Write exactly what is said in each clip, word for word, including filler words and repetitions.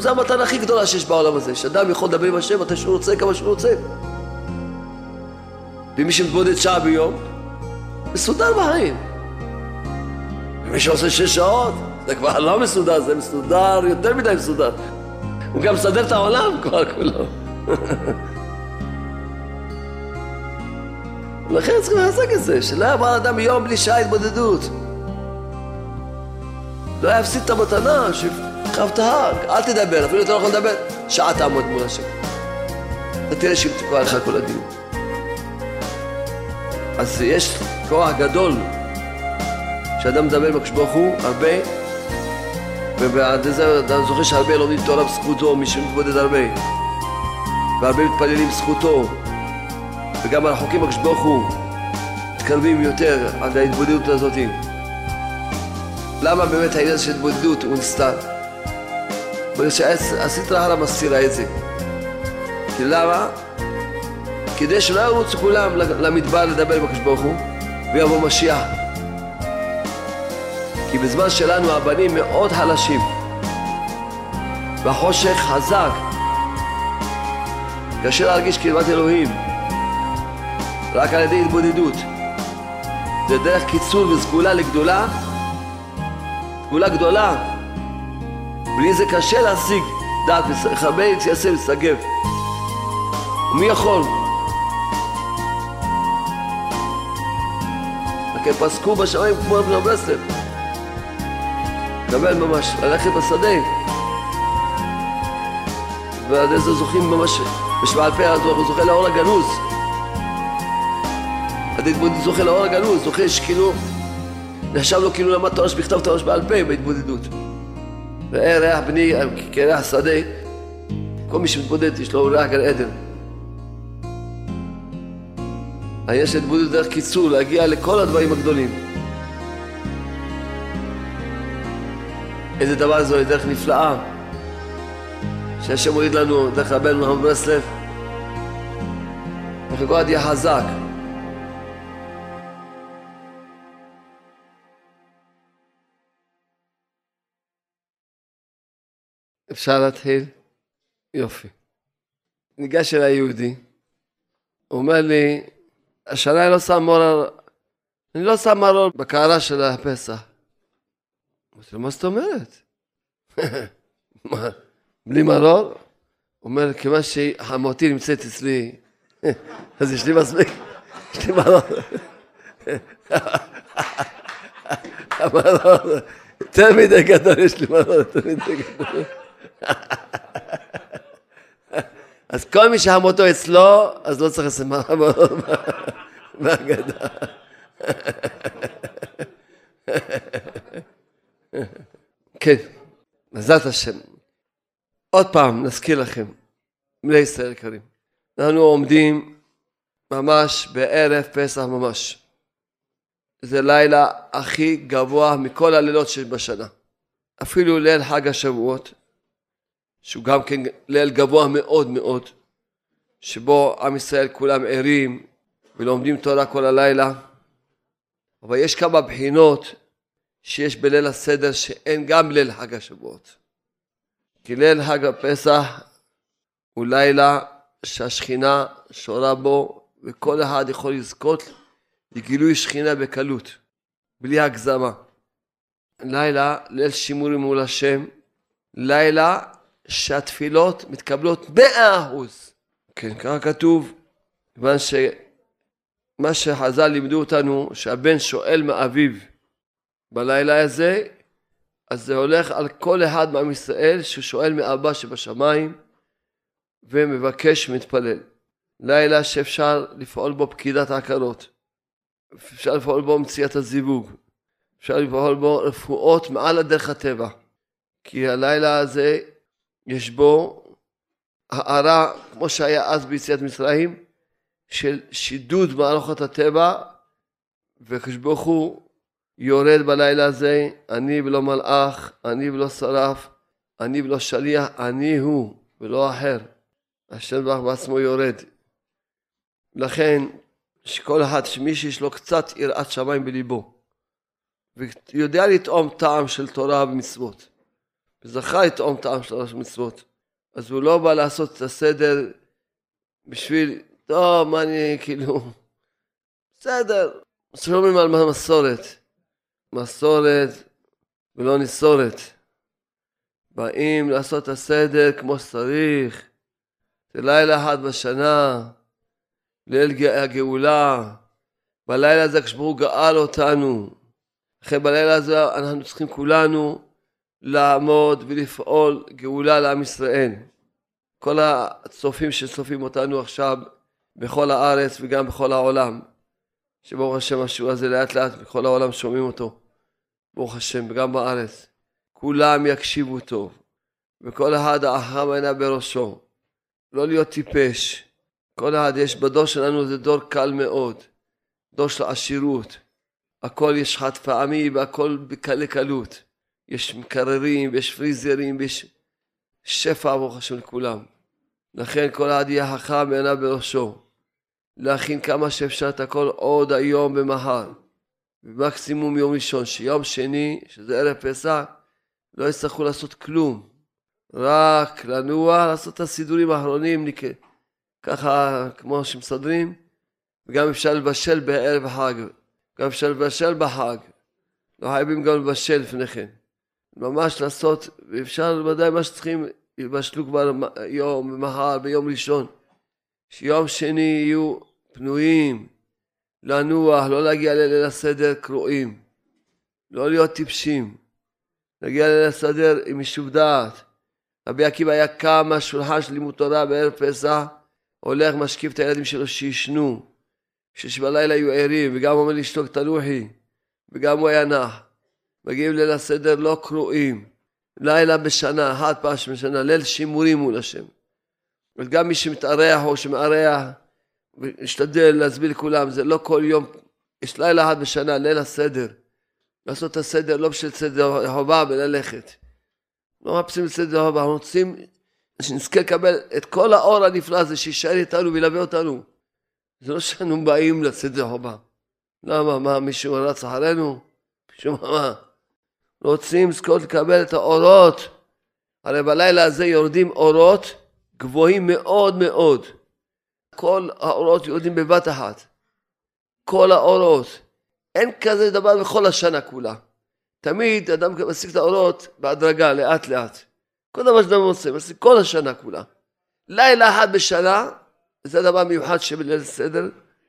זו המתנה הכי גדולה שיש בעולם הזה, שאדם יכול לדבר עם השם מתי שהוא רוצה, כמה שהוא רוצה. ומי שמתבודד שעה ביום, מסודר בחיים. ומי שעושה שש שעות, זה כבר לא מסודר, זה מסודר, יותר מדי מסודר. הוא גם מסדר את העולם כבר כולו. לכן צריכים להחזק את זה, שלא יעבור אדם יום בלי שעה התבודדות. לא יפסיד את המתנה, שחבטה, אל תדבר, אפילו אתה לא יכול לדבר, שעה תעמוד מול השם. אתה תראה שאם תקוע לך כל הדיון. אז יש כוח גדול, שאדם מדבר עם הקדוש ברוך הוא הרבה, ובעד זה אתה זוכר שהרבה לומדים תורה בזכותו, מי שמתבודד הרבה, והרבה מתפללים בזכותו, וגם הרחוקים הקדוש ברוך הוא מתקרבים יותר עד ההתבודדות הזאת. למה באמת העניין של התבודדות הוא נסתר? בגלל שהסטרא אחרא מסתירה את זה. כי למה? כדי שלא ירוצו כולם למדבר לדבר עם הקדוש ברוך הוא ויבוא משיח. כי בזמן שלנו הבנים מאוד חלשים והחושך חזק, קשה להרגיש קרבת אלוהים רק על ידי התבודדות. זה דרך קיצור וסגולה לגדולה, סגולה גדולה. בלי זה קשה להשיג דעת, הרבה יתייסר ויסתגב. ומי יכול? רק הם פסקו בשמיים כמו אבן ברסלב. קבל ממש, ללכת בשדה. ועד איזה זוכים ממש, בשבע אלפי הוא זוכה לאור הגנוז. עד התבודדות זוכה לאור הגנוז, זוכה שכאילו, נחשב לו כאילו למד תורה שבכתב תורה שבעל פה בהתבודדות. ראה ריח בני כריח שדה, כל מי שמתבודד יש לו ריח גן עדן. יש להתבודד דרך קיצור, להגיע לכל הדברים הגדולים. איזה דבר זו, דרך נפלאה, שהשם מוריד לנו דרך רבנו מחמוד ברסלב, וחגו עד יהיה חזק. אפשר להתחיל? יופי. ניגש אל היהודי, הוא אומר לי, השנה אני לא שם מרור, אני לא שם מרור בקערה של הפסח. אמרתי לו, מה זאת אומרת? בלי מרור? הוא אומר, כיוון שחמותי נמצאת אצלי, אז יש לי מספיק, יש לי מרור. המרור, יותר מדי גדול, יש לי מרור, יותר מדי גדול. אז כל מי שהמותו אצלו, אז לא צריך לשים מרור בהגדה. כן, בעזרת השם. עוד פעם נזכיר לכם, בני ישראל יקרים, אנחנו עומדים ממש בערב פסח ממש. זה לילה הכי גבוה מכל הלילות שיש בשנה. אפילו ליל חג השבועות, שהוא גם כן ליל גבוה מאוד מאוד, שבו עם ישראל כולם ערים ולומדים תורה כל הלילה. אבל יש כמה בחינות שיש בליל הסדר שאין גם ליל חג השבועות. כי ליל חג הפסח הוא לילה שהשכינה שורה בו, וכל אחד יכול לזכות לגילוי שכינה בקלות, בלי הגזמה. לילה, ליל שימורים מול השם, לילה שהתפילות מתקבלות מאה אחוז. כן, ככה כתוב, כיוון שמה שחז"ל לימדו אותנו, שהבן שואל מאביו בלילה הזה, אז זה הולך על כל אחד מעם ישראל ששואל מאבא שבשמיים ומבקש ומתפלל. לילה שאפשר לפעול בו פקידת העקרות, אפשר לפעול בו מציאת הזיווג, אפשר לפעול בו רפואות מעל הדרך הטבע. כי הלילה הזה יש בו הערה, כמו שהיה אז ביציאת מצרים, של שידוד מערכות הטבע, והקדוש ברוך הוא יורד בלילה הזה, אני ולא מלאך, אני ולא שרף, אני ולא שליח, אני הוא ולא אחר. השם יתברך בעצמו יורד. לכן שכל אחד, שמי שיש לו קצת יראת שמיים בליבו, ויודע לטעום טעם של תורה ומצוות, וזכה לטעום טעם שלוש מצוות. אז הוא לא בא לעשות את הסדר בשביל, טוב, מה אני כאילו, בסדר, שומעים על מסורת, מסורת ולא נסורת. באים לעשות את הסדר כמו שצריך, זה לילה אחד בשנה, ליל הגאולה, בלילה הזה כשברוך גאל אותנו, אחרי בלילה הזה אנחנו צריכים כולנו לעמוד ולפעול גאולה לעם ישראל. כל הצופים שצופים אותנו עכשיו בכל הארץ וגם בכל העולם, שברוך השם השיעור הזה לאט לאט בכל העולם שומעים אותו, ברוך השם, וגם בארץ, כולם יקשיבו טוב, וכל אחד החכם עיניו בראשו, לא להיות טיפש. כל אחד יש בדור שלנו, זה דור קל מאוד, דור של עשירות, הכל יש חד פעמי והכל בקלי קלות, יש מקררים ויש פריזרים ויש שפע ברוך השם לכולם. לכן כל אחד יהיה חכם עיניו בראשו, להכין כמה שאפשר את הכל עוד היום ומחר, במקסימום יום ראשון, שיום שני שזה ערב פסח לא יצטרכו לעשות כלום, רק לנוע, לעשות את הסידורים האחרונים ככה כמו שמסדרים, וגם אפשר לבשל בערב החג, גם אפשר לבשל בחג, לא חייבים גם לבשל לפני כן, ממש לעשות, ואפשר ודאי מה שצריכים יבשלו כבר יום, מחר, ביום ראשון, שיום שני יהיו פנויים, לנוח, לא להגיע לליל הסדר קרועים, לא להיות טיפשים, להגיע לליל הסדר עם יישוב דעת. רבי עקיבא היה קם מהשולחן של לימוד תורה בערב פסח, הולך משקיף את הילדים שלו שישנו, שבלילה יהיו ערים, וגם אומר לשתוק תנוחי, וגם הוא היה נח. מגיעים ליל הסדר לא קרועים, לילה בשנה, אחת פעם בשנה, ליל שימורים מול השם. וגם מי שמתארח או שמארח, ונשתדל להסביר לכולם, זה לא כל יום, יש לילה אחד בשנה, ליל הסדר. לעשות את הסדר לא בשביל סדר חובה וללכת. לא מחפשים סדר חובה, אנחנו רוצים שנזכה לקבל את כל האור הנפלא הזה שישאר איתנו וילווה אותנו. זה לא שאנו באים לסדר חובה. למה? מה, מישהו רץ אחרינו? שום מה? רוצים זכות לקבל את האורות. הרי בלילה הזה יורדים אורות גבוהים מאוד מאוד. כל האורות יורדים בבת אחת. כל האורות. אין כזה דבר בכל השנה כולה. תמיד אדם משיג את האורות בהדרגה, לאט לאט. כל דבר שאדם עושה, משיג כל השנה כולה. לילה אחד בשנה, זה דבר מיוחד שבליל סדר,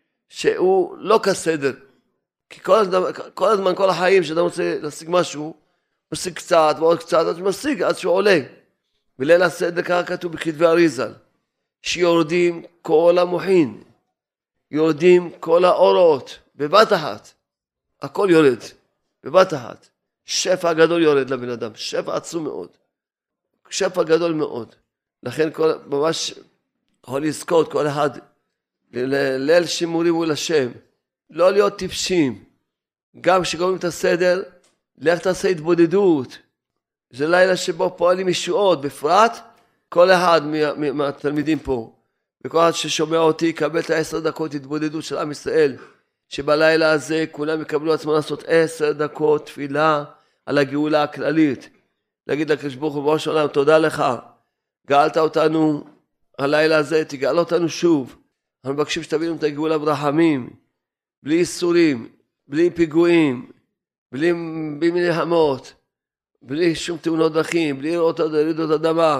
שהוא לא כסדר. כי כל הזמן, כל הזמן, כל החיים שאדם רוצה להשיג משהו, משיג קצת ועוד קצת, אז משיג עד שהוא עולה. בליל הסדר ככה כתוב בכתבי אריזל, שיורדים כל המוחין, יורדים כל האורות, בבת אחת. הכל יורד, בבת אחת. שפע גדול יורד לבן אדם, שפע עצום מאוד. שפע גדול מאוד. לכן כל, ממש יכול לזכות כל אחד לליל שימורים מול השם. לא להיות טיפשים. גם כשגומרים את הסדר, לך תעשה התבודדות. זה לילה שבו פועלים ישועות, בפרט כל אחד מהתלמידים פה. וכל אחד ששומע אותי יקבל את העשר דקות התבודדות של עם ישראל. שבלילה הזה כולם יקבלו עצמם לעשות עשר דקות תפילה על הגאולה הכללית. להגיד לקדוש ברוך הוא בראש העולם, תודה לך. גאלת אותנו הלילה הזה, תגאל אותנו שוב. אנחנו מבקשים שתבינו את הגאולה ברחמים, בלי איסורים, בלי פיגועים, בלי, בלי מלחמות, בלי שום תאונות דרכים, בלי רעידות אדמה,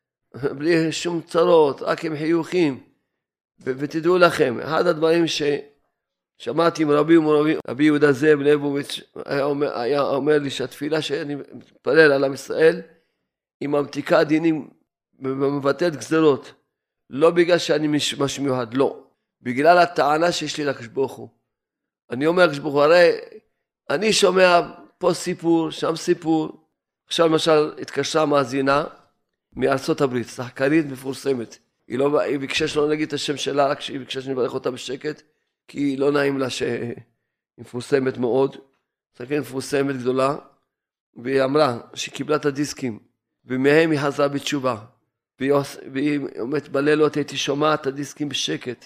בלי שום צרות, רק עם חיוכים. ו- ותדעו לכם, אחד הדברים ש... שמעתי מרבי ומרבי, רבי יהודה זאב ליבוביץ' היה אומר, היה אומר לי שהתפילה שאני מתפלל על עם ישראל, היא ממתיקה דינים ומבטלת גזרות. לא בגלל שאני משהו מיוחד, לא. בגלל הטענה שיש לי לקדוש ברוך הוא. אני אומר לקדוש ברוך הוא, הרי אני שומע פה סיפור, שם סיפור. עכשיו למשל התקשרה מאזינה מארצות הברית, שחקנית מפורסמת. היא לא, היא ביקשה שלא נגיד את השם שלה, רק שהיא ביקשה שנברך אותה בשקט. כי לא נעים לה שהיא מפורסמת מאוד, שחקנית מפורסמת גדולה, והיא אמרה שהיא קיבלה את הדיסקים, ומהם היא חזרה בתשובה, והיא אומרת בלילות הייתי שומעת את הדיסקים בשקט,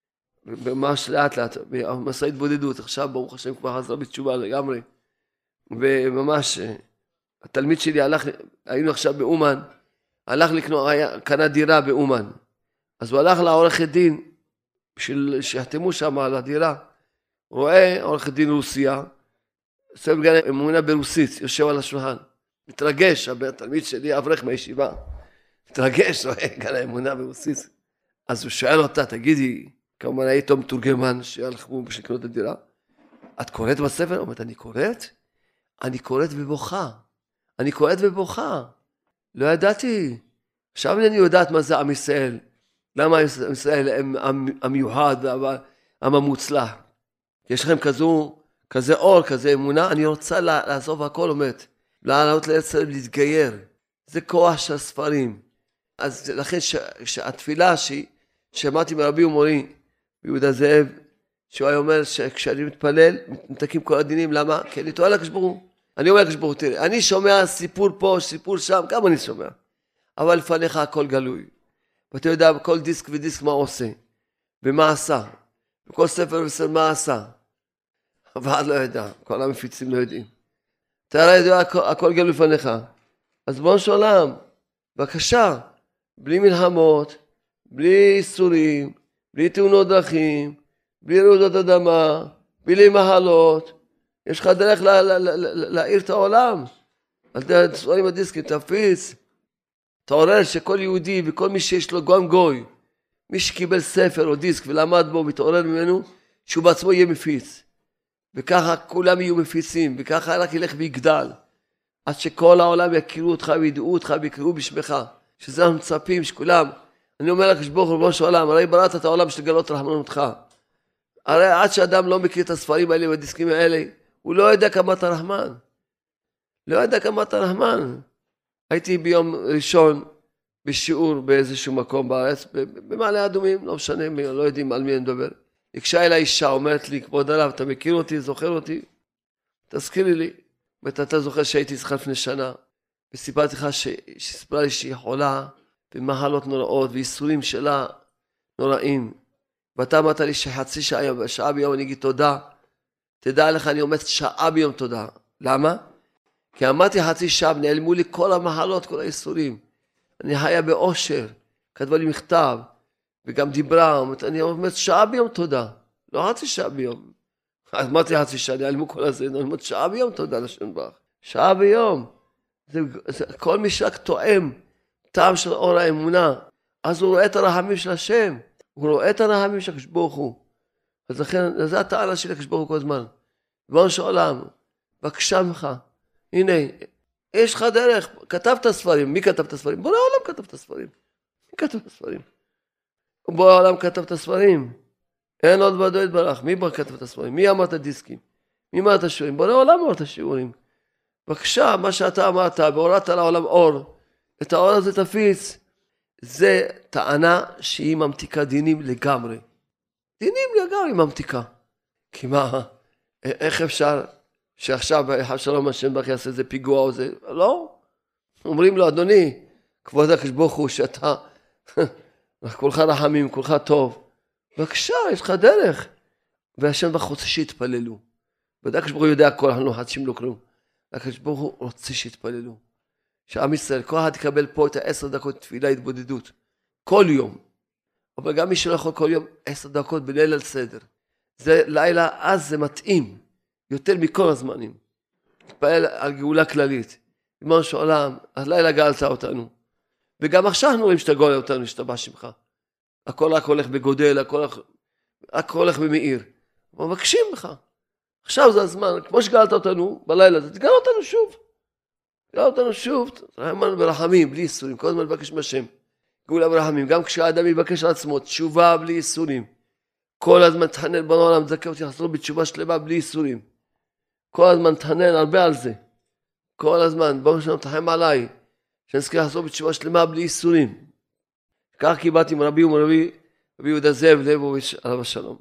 ממש לאט לאט, במסע התבודדות, עכשיו ברוך השם כבר חזרה בתשובה לגמרי, וממש התלמיד שלי הלך, היינו עכשיו באומן, הלך לקנות, קנה דירה באומן. אז הוא הלך לעורכת דין, בשביל שיחתמו שם על הדירה. הוא רואה עורכת דין רוסיה, עושה בגלל אמונה ברוסית, יושב על השולחן. מתרגש, התלמיד שלי, אברך מהישיבה. מתרגש, רואה גל האמונה ברוסית. אז הוא שואל אותה, תגידי, כמובן היית מתורגמן שהלכו בשביל לקנות את הדירה. את קוראת בספר? אומרת, אני קוראת? אני קוראת ובוכה. אני קוראת ובוכה. לא ידעתי. עכשיו אני יודעת מה זה עם ישראל. למה עם ישראל הם המיוחד והעם המוצלח. יש לכם כזו, כזה אור, כזה אמונה. אני רוצה לעזוב הכל, אומרת. לעלות לארץ להתגייר. זה כוח של הספרים. אז לכן שהתפילה ששמעתי מרבי ומורי, ביהודה זאב, שהוא היה אומר שכשאני מתפלל, מתנתקים כל הדינים, למה? כי אני טועה לקדוש ברוך הוא. אני אומר לקדוש ברוך הוא, תראה, אני שומע סיפור פה, סיפור שם, כמה אני שומע. אבל לפניך הכל גלוי. ואתה יודע, כל דיסק ודיסק מה עושה, ומה עשה. וכל ספר וספר מה עשה. אבל לא יודע, כל המפיצים לא יודעים. אתה הרי יודע, הכל, הכל גלוי לפניך. אז בוא של עולם, בבקשה, בלי מלחמות, בלי איסורים, בלי תאונות דרכים, בלי רעידות אדמה, בלי מחלות. יש לך דרך להאיר את העולם. על דרך ספרים הדיסקים, תפיץ. תעורר שכל יהודי וכל מי שיש לו גם גוי, מי שקיבל ספר או דיסק ולמד בו ותעורר ממנו, שהוא בעצמו יהיה מפיץ. וככה כולם יהיו מפיצים, וככה רק ילך ויגדל. עד שכל העולם יכירו אותך וידעו אותך ויקראו בשמך. שזה אנחנו מצפים שכולם. אני אומר לך, ברוך הוא ריבונו של עולם, הרי בראת את העולם של לגלות רחמנותך. הרי עד שאדם לא מכיר את הספרים האלה והדיסקים האלה, הוא לא יודע כמה אתה רחמן. לא יודע כמה אתה רחמן. הייתי ביום ראשון בשיעור באיזשהו מקום בארץ, במעלה אדומים, לא משנה, לא יודעים על מי אני מדבר. ניגשה אליי אישה, אומרת לי, כבוד הרב, אתה מכיר אותי, זוכר אותי? תזכירי לי. ואתה זוכר שהייתי אצלך לפני שנה, וסיפרתי לך שסיפרה לי שהיא חולה, במחלות נוראות, ואיסורים שלה נוראים. ואתה אמרת לי שחצי שעה, שעה ביום אני אגיד תודה. תדע לך, אני עומד שעה ביום תודה. למה? כי אמרתי חצי שעה, נעלמו לי כל המחלות, כל האיסורים. אני חיה באושר, כתבה לי מכתב, וגם דיברה, אני עומד שעה ביום תודה. לא חצי שעה ביום. אז אמרתי חצי שעה, נעלמו כל הזה, אני עומד שעה ביום תודה לשם ברך. שעה ביום. זה, זה, כל מי שרק תואם טעם של אור האמונה, אז הוא רואה את הרחמים של השם. הוא רואה את הרחמים של הקדוש ברוך הוא. אז לכן, זה הטענה של הקדוש ברוך הוא כל הזמן. ריבונו של עולם, בבקשה ממך. הנה, יש לך דרך, כתבת ספרים. מי כתב את הספרים? בורא העולם כתב את הספרים. מי כתב את הספרים? בורא העולם כתב את הספרים. אין עוד בדו יתברך. מי כתב את הספרים? מי אמר את הדיסקים? מי אמר את השיעורים? בורא העולם אמר את השיעורים. בבקשה, מה שאתה אמרת, והורדת לעולם אור, את האור הזה תפיץ. זה טענה שהיא ממתיקה דינים לגמרי. דינים לגמרי ממתיקה. כי מה, איך אפשר שעכשיו שלום השם בך יעשה איזה פיגוע או זה? לא. אומרים לו, אדוני, כבוד הקדוש ברוך הוא שאתה, כולך רחמים, כולך טוב. בבקשה, יש לך דרך. והשם בך רוצה שיתפללו. ודאי הקדוש ברוך הוא יודע הכל, אנחנו לא חדשים לו כלום. הקדוש ברוך הוא רוצה שיתפללו. שעם ישראל, כל אחד יקבל פה את העשר דקות תפילה התבודדות. כל יום. אבל גם מי שלא יכול כל יום, עשר דקות בליל על סדר. זה לילה, אז זה מתאים. יותר מכל הזמנים. נתפעל על גאולה כללית. ריבונו של עולם, הלילה גאלת אותנו. וגם עכשיו אנחנו רואים שאתה גואל אותנו, שאתה שמך. הכל רק הולך בגודל, הכל, הכל הולך במאיר. אבל מבקשים לך. עכשיו זה הזמן, כמו שגאלת אותנו בלילה, זה תגאל אותנו שוב. תגאל אותנו שוב. רחמן ברחמים, בלי איסורים. כל הזמן מבקש מהשם. גאולה ברחמים. גם כשהאדם יבקש על עצמו, תשובה בלי איסורים. כל הזמן תחנן בנו עולם, תזכה אותי לחזור בתשובה שלמה בלי איסורים. כל הזמן תחנן הרבה על זה. כל הזמן, בואו שלנו תחם עליי, שנזכה לחזור בתשובה שלמה בלי איסורים. כך קיבלתי מרבי ומרבי, רבי יהודה זאב ליבוביץ' עליו השלום.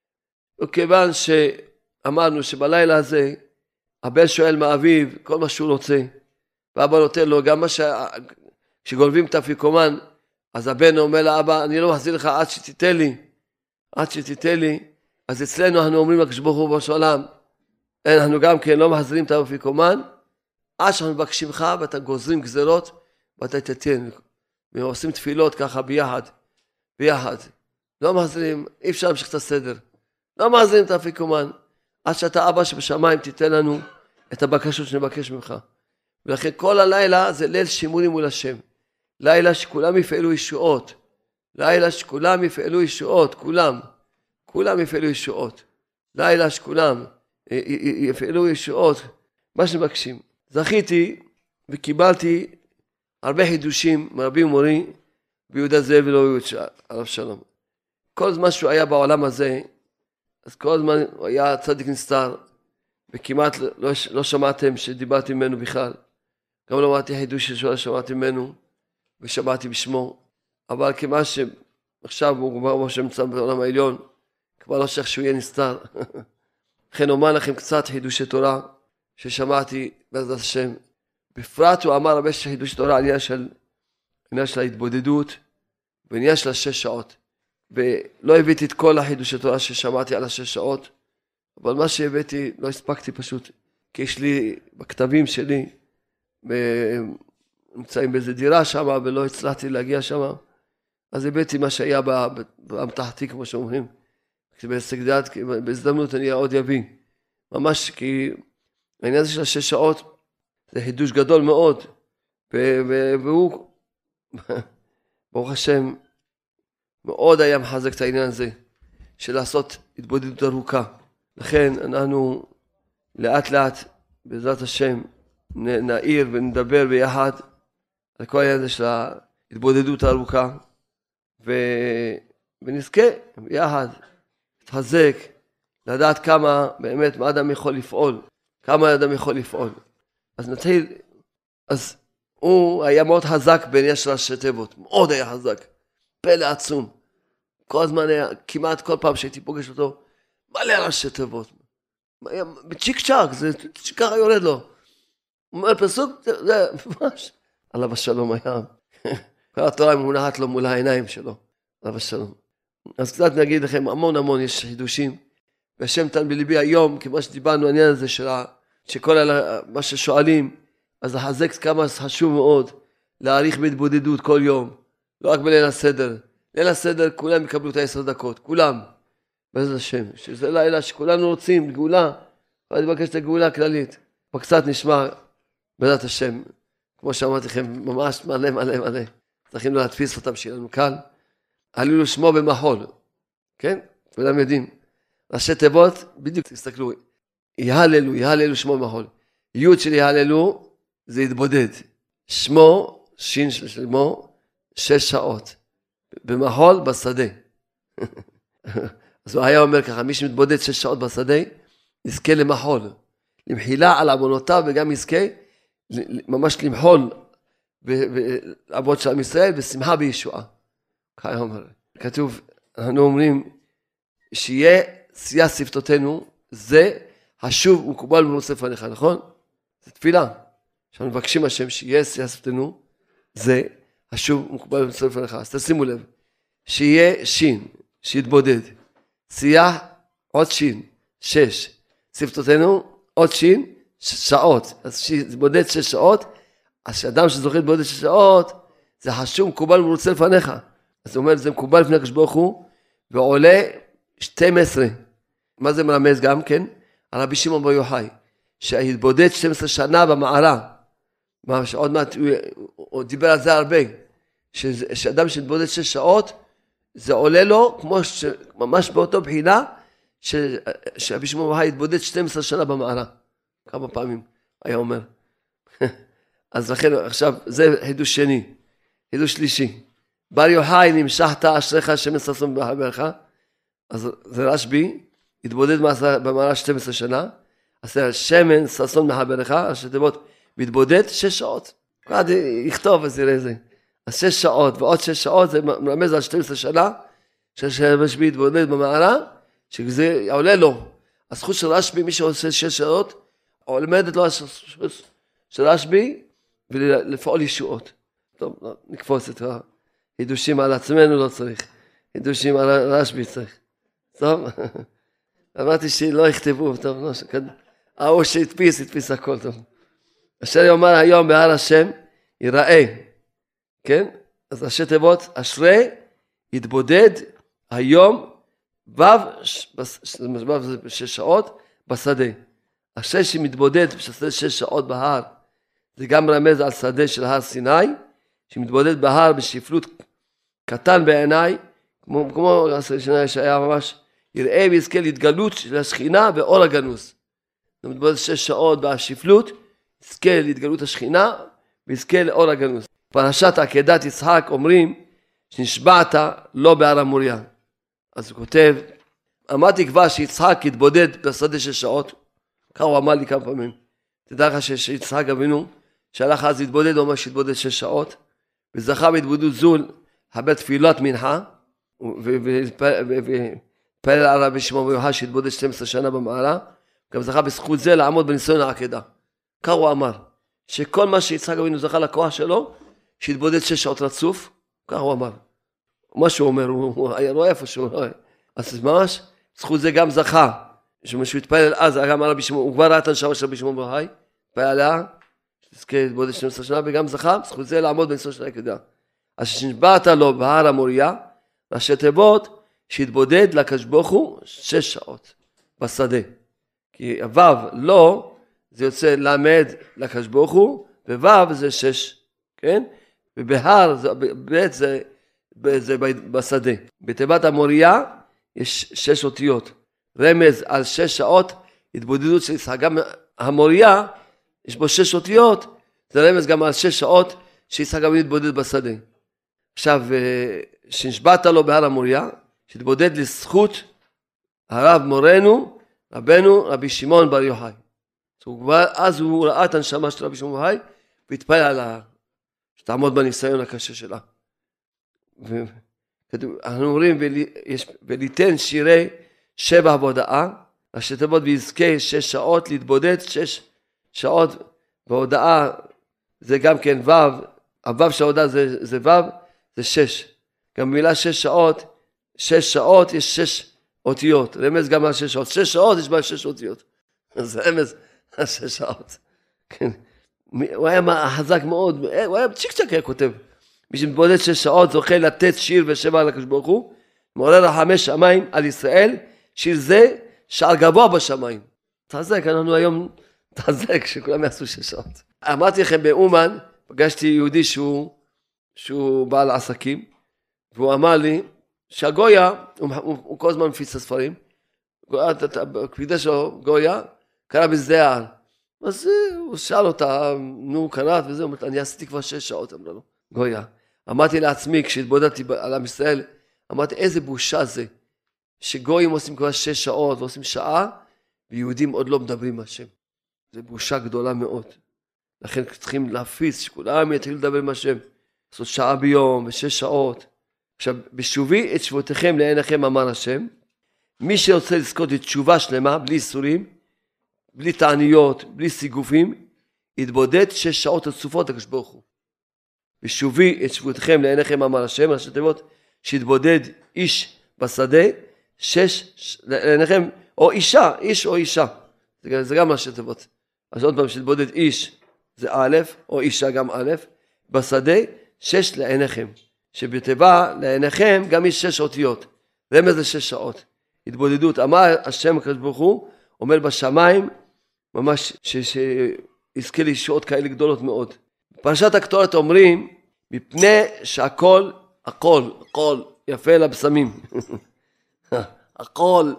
וכיוון שאמרנו שבלילה הזה, הבן שואל מאביו כל מה שהוא רוצה, ואבא נותן לו גם מה ש... כשגולבים את האפיקומן, אז הבן אומר לאבא, אני לא מחזיר לך עד שתיתן לי, עד שתיתן לי. אז אצלנו אנחנו אומרים לקדוש ברוך הוא בעולם, אנחנו גם כן לא מחזירים את האפיקומן, עד שאנחנו מבקשים לך ואתה גוזרים גזרות ואתה תתן. ועושים תפילות ככה ביחד, ביחד. לא מחזירים, אי אפשר להמשיך את הסדר. לא מחזירים את האפיקומן. עד שאתה אבא שבשמיים תיתן לנו את הבקשות שנבקש ממך. ולכן כל הלילה זה ליל שימורים מול השם. לילה שכולם יפעלו ישועות. לילה שכולם יפעלו ישועות, כולם. כולם יפעלו ישועות. לילה שכולם יפעלו ישועות. מה שמבקשים. זכיתי וקיבלתי הרבה חידושים מרבי ומורי ביהודה זאב ולא יהוד עליו שלום. כל זמן שהוא היה בעולם הזה, אז כל הזמן הוא היה צדיק נסתר, וכמעט לא, לא שמעתם שדיברתי ממנו בכלל. גם לא אמרתי חידוש שלא שמעתי ממנו, ושמעתי בשמו. אבל כמה שעכשיו הוא כבר מה שנמצא בעולם העליון, כבר לא שייך שהוא יהיה נסתר. לכן אומר לכם קצת חידושי תורה, ששמעתי בעזרת השם. בפרט הוא אמר הרבה שחידושי תורה, עניין של, עניין של ההתבודדות, ועניין של השש שעות. ולא הבאתי את כל החידושי תורה ששמעתי על השש שעות, אבל מה שהבאתי לא הספקתי פשוט, כי יש לי בכתבים שלי, נמצאים באיזה דירה שם, ולא הצלחתי להגיע שם, אז הבאתי מה שהיה באמתחתי, כמו שאומרים, בסגדד, בהזדמנות אני עוד יביא, ממש כי העניין הזה של השש שעות, זה חידוש גדול מאוד, והוא, ברוך השם, מאוד היה מחזק את העניין הזה, של לעשות התבודדות ארוכה. לכן אנחנו לאט לאט, בעזרת השם, נעיר ונדבר ביחד, על כל העניין הזה של ההתבודדות הארוכה, ו... ונזכה ביחד, להתחזק, לדעת כמה באמת מה אדם יכול לפעול, כמה אדם יכול לפעול. אז נתחיל, אז הוא היה מאוד חזק בעניין של ראשי תיבות, מאוד היה חזק. פלא עצום. כל הזמן היה, כמעט כל פעם שהייתי פוגש אותו, מלא ראשי תיבות. בצ'יק צ'אק, זה ככה יורד לו. הוא אומר פסוק, זה ממש. עליו השלום היה. כל התורה מונחת לו מול העיניים שלו. עליו השלום. אז קצת נגיד לכם, המון המון יש חידושים. והשם נתן בליבי היום, כמו שדיברנו העניין הזה שלה, שכל מה ששואלים, אז לחזק כמה חשוב מאוד, להאריך בהתבודדות כל יום. לא רק בליל הסדר. ליל הסדר כולם יקבלו את העשר דקות. כולם. בעזרת השם. שזה לילה שכולנו רוצים גאולה. ואני מבקש את הגאולה הכללית. וקצת נשמע בעזרת השם. כמו שאמרתי לכם, ממש מלא מלא מלא. צריכים להדפיס אותם שיהיה לנו קל. עלינו שמו במחול. כן? כולם יודעים. ראשי תיבות, בדיוק תסתכלו. יהללו, יהללו שמו במחול. י' של יהללו זה התבודד. שמו, שין של שמו, שש שעות, במחול בשדה. אז הוא היה אומר ככה, מי שמתבודד שש שעות בשדה, יזכה למחול, למחילה על עוונותיו, וגם יזכה ממש למחול בעבוד של עם ישראל, ושמחה בישועה. ככה אומר. כתוב, אנחנו אומרים, שיהיה שיאה שפתותינו, זה השוב ומקובל ומנוסף עליך, נכון? זה תפילה. שאנחנו מבקשים השם, שיהיה שיאה שפתותינו, זה השוב ומקובל ומנוסף עליך. אז תשימו לב, שיהיה שין, שיתבודד. שיאה, עוד שין, שש. שפתותינו, עוד שין, שעות. אז שיתבודד שש שעות, אז שאדם שזוכה להתבודד שש שעות, זה חשוב, מקובל ומנוסף לפניך. אז הוא אומר, זה מקובל לפני הקדוש ברוך הוא, ועולה שתים עשרה. מה זה מרמז גם כן? על רבי שמעון בר יוחאי, שהתבודד שתים עשרה שנה במערה. מה שעוד מעט, הוא, הוא דיבר על זה הרבה, שאדם שהתבודד שש שעות, זה עולה לו, כמו ש, ממש באותו בחינה, שרבי שמעון בר יוחאי התבודד שתים עשרה שנה במערה. כמה פעמים היה אומר. אז לכן עכשיו, זה חידוש שני. חידוש שלישי. בר יוחאי נמשכת אשריך השם ששון בחברך, אז זה רשב"י, התבודד במערה שתים עשרה שנה, אז שמן ששון מחברך, ראשי תיבות, מתבודד שש שעות. אחד יכתוב אז יראה זה. אז שש שעות ועוד שש שעות, זה מרמז על שתים עשרה שנה, שרשב"י התבודד במערה, שזה עולה לו. הזכות של רשב"י, מי שעושה שש שעות, עומדת לו הזכות של רשב"י, ולפעול ישועות. טוב, נקפוץ את החידושים על עצמנו, לא צריך. חידושים על רשב"י צריך. טוב? אמרתי שלא יכתבו, טוב, לא, ההוא שהדפיס, הדפיס הכל טוב. אשר יאמר היום בהר השם ייראה, כן? אז ראשי תיבות, אשרי יתבודד היום ו' שש שעות בשדה. אשרי שמתבודד בשדה שש שעות בהר, זה גם רמז על שדה של הר סיני, שמתבודד בהר בשפלות קטן בעיניי, כמו, כמו שנה שהיה ממש, יראה ויזכה להתגלות של השכינה ואור הגנוז. הוא מתבודד שש שעות בשפלות, יזכה להתגלות השכינה ויזכה לאור הגנוז. פרשת עקדת יצחק אומרים שנשבעת לא בהר המוריה. אז הוא כותב, אמרתי כבר שיצחק יתבודד בשדה שש שעות, ככה הוא אמר לי כמה פעמים. תדע לך שיצחק אבינו, שהלך אז להתבודד, הוא אומר שיתבודד שש שעות, וזכה בהתבודדות זו הרבה תפילת מנחה, ופעל על רבי שמעון בר יוחאי שהתבודד שתים עשרה שנה במעלה, גם זכה בזכות זה לעמוד בניסיון העקדה. כך הוא אמר, שכל מה שיצחק אבינו זכה לכוח שלו, שהתבודד שש שעות רצוף, כך הוא אמר. מה שהוא אומר, הוא היה רואה איפה שהוא רואה. אז ממש, זכות זה גם זכה, שמשהו התפעל אז, גם רבי שמעון, הוא כבר ראה את הנשמה של רבי שמעון בר יוחאי, התפעל עליה, שתזכה להתבודד שתים עשרה שנה, וגם זכה, זכות זה לעמוד בניסיון של העקדה. אז שנשבעת לו בהר המוריה, ראשי תיבות, שהתבודד לקדוש ברוך הוא שש שעות בשדה. כי הוו לא, זה יוצא למד לקדוש ברוך הוא, ווו זה שש, כן? ובהר, בית זה, זה בשדה. בתיבת המוריה יש שש אותיות. רמז על שש שעות התבודדות של יצחק. גם המוריה, יש בו שש אותיות, זה רמז גם על שש שעות שיצחק גם התבודד בשדה. עכשיו, שנשבעת לו בהר המוריה, שהתבודד לזכות הרב מורנו, רבנו, רבי שמעון בר יוחאי. אז הוא ראה את הנשמה של רבי שמעון בר יוחאי, והתפעל עליה, שתעמוד בניסיון הקשה שלה. אנחנו אומרים, וליתן שירי שבע בהודעה, ראשי תיבות ויזכה שש שעות להתבודד, שש שעות בהודעה, זה גם כן ו', הו' של ההודעה זה, זה ו', זה שש. גם במילה שש שעות, שש שעות יש שש אותיות. רמז גם על שש שעות. שש שעות יש בה שש אותיות. זה רמז על שש שעות. כן. הוא היה חזק מאוד, הוא היה צ'יק צ'ק היה כותב. מי שמתבודד שש שעות זוכה לתת שיר ושבע על הקדוש ברוך הוא, מעורר רחמי שמיים על ישראל, שיר זה שער גבוה בשמיים. תחזק, אנחנו היום תחזק שכולם יעשו שש שעות. אמרתי לכם באומן, פגשתי יהודי שהוא, שהוא בעל עסקים, והוא אמר לי שהגויה, הוא, הוא, הוא כל הזמן מפיץ את הספרים, הקפידה שלו, גויה, קרא בשדה העל. אז הוא שאל אותה, נו, קראת וזה, אני עשיתי כבר שש שעות, אמרה לו, גויה. אמרתי לעצמי, כשהתבודדתי על עם ישראל, אמרתי, איזה בושה זה, שגויים עושים כבר שש שעות, ועושים שעה, ויהודים עוד לא מדברים השם. זו בושה גדולה מאוד. לכן צריכים להפיץ, שכולם יתחילו לדבר עם השם. לעשות שעה ביום, ושש שעות. עכשיו, בשובי את שבותיכם לעיניכם אמר השם, מי שרוצה לזכות לתשובה שלמה, בלי איסורים, בלי תעניות, בלי סיגופים, יתבודד שש שעות רצופות לקדוש ברוך הוא. בשובי את שבותיכם לעיניכם אמר השם, ראשי תיבות, שיתבודד איש בשדה, שש לעיניכם, או אישה, איש או אישה. זה, זה גם ראשי תיבות. אז עוד פעם, שיתבודד איש, זה א', או אישה גם א', בשדה, שש לעיניכם. שבתיבה לעיניכם גם יש שש אותיות. רמז זה שש שעות. התבודדות. אמר השם הקדוש ברוך הוא, אומר בשמיים, ממש שיזכה לי שעות כאלה גדולות מאוד. פרשת הקטורת אומרים, מפני שהכל, הכל, הכל יפה לבשמים. הכל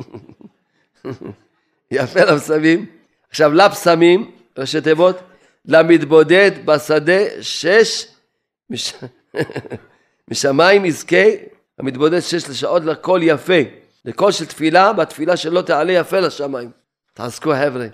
יפה לבשמים. עכשיו לבשמים, ראשי תיבות, למתבודד בשדה שש, מש... משמיים יזכה, המתבודד שש לשעות לכל יפה. לכל של תפילה, בתפילה שלא תעלה יפה לשמיים. תעסקו חבר'ה.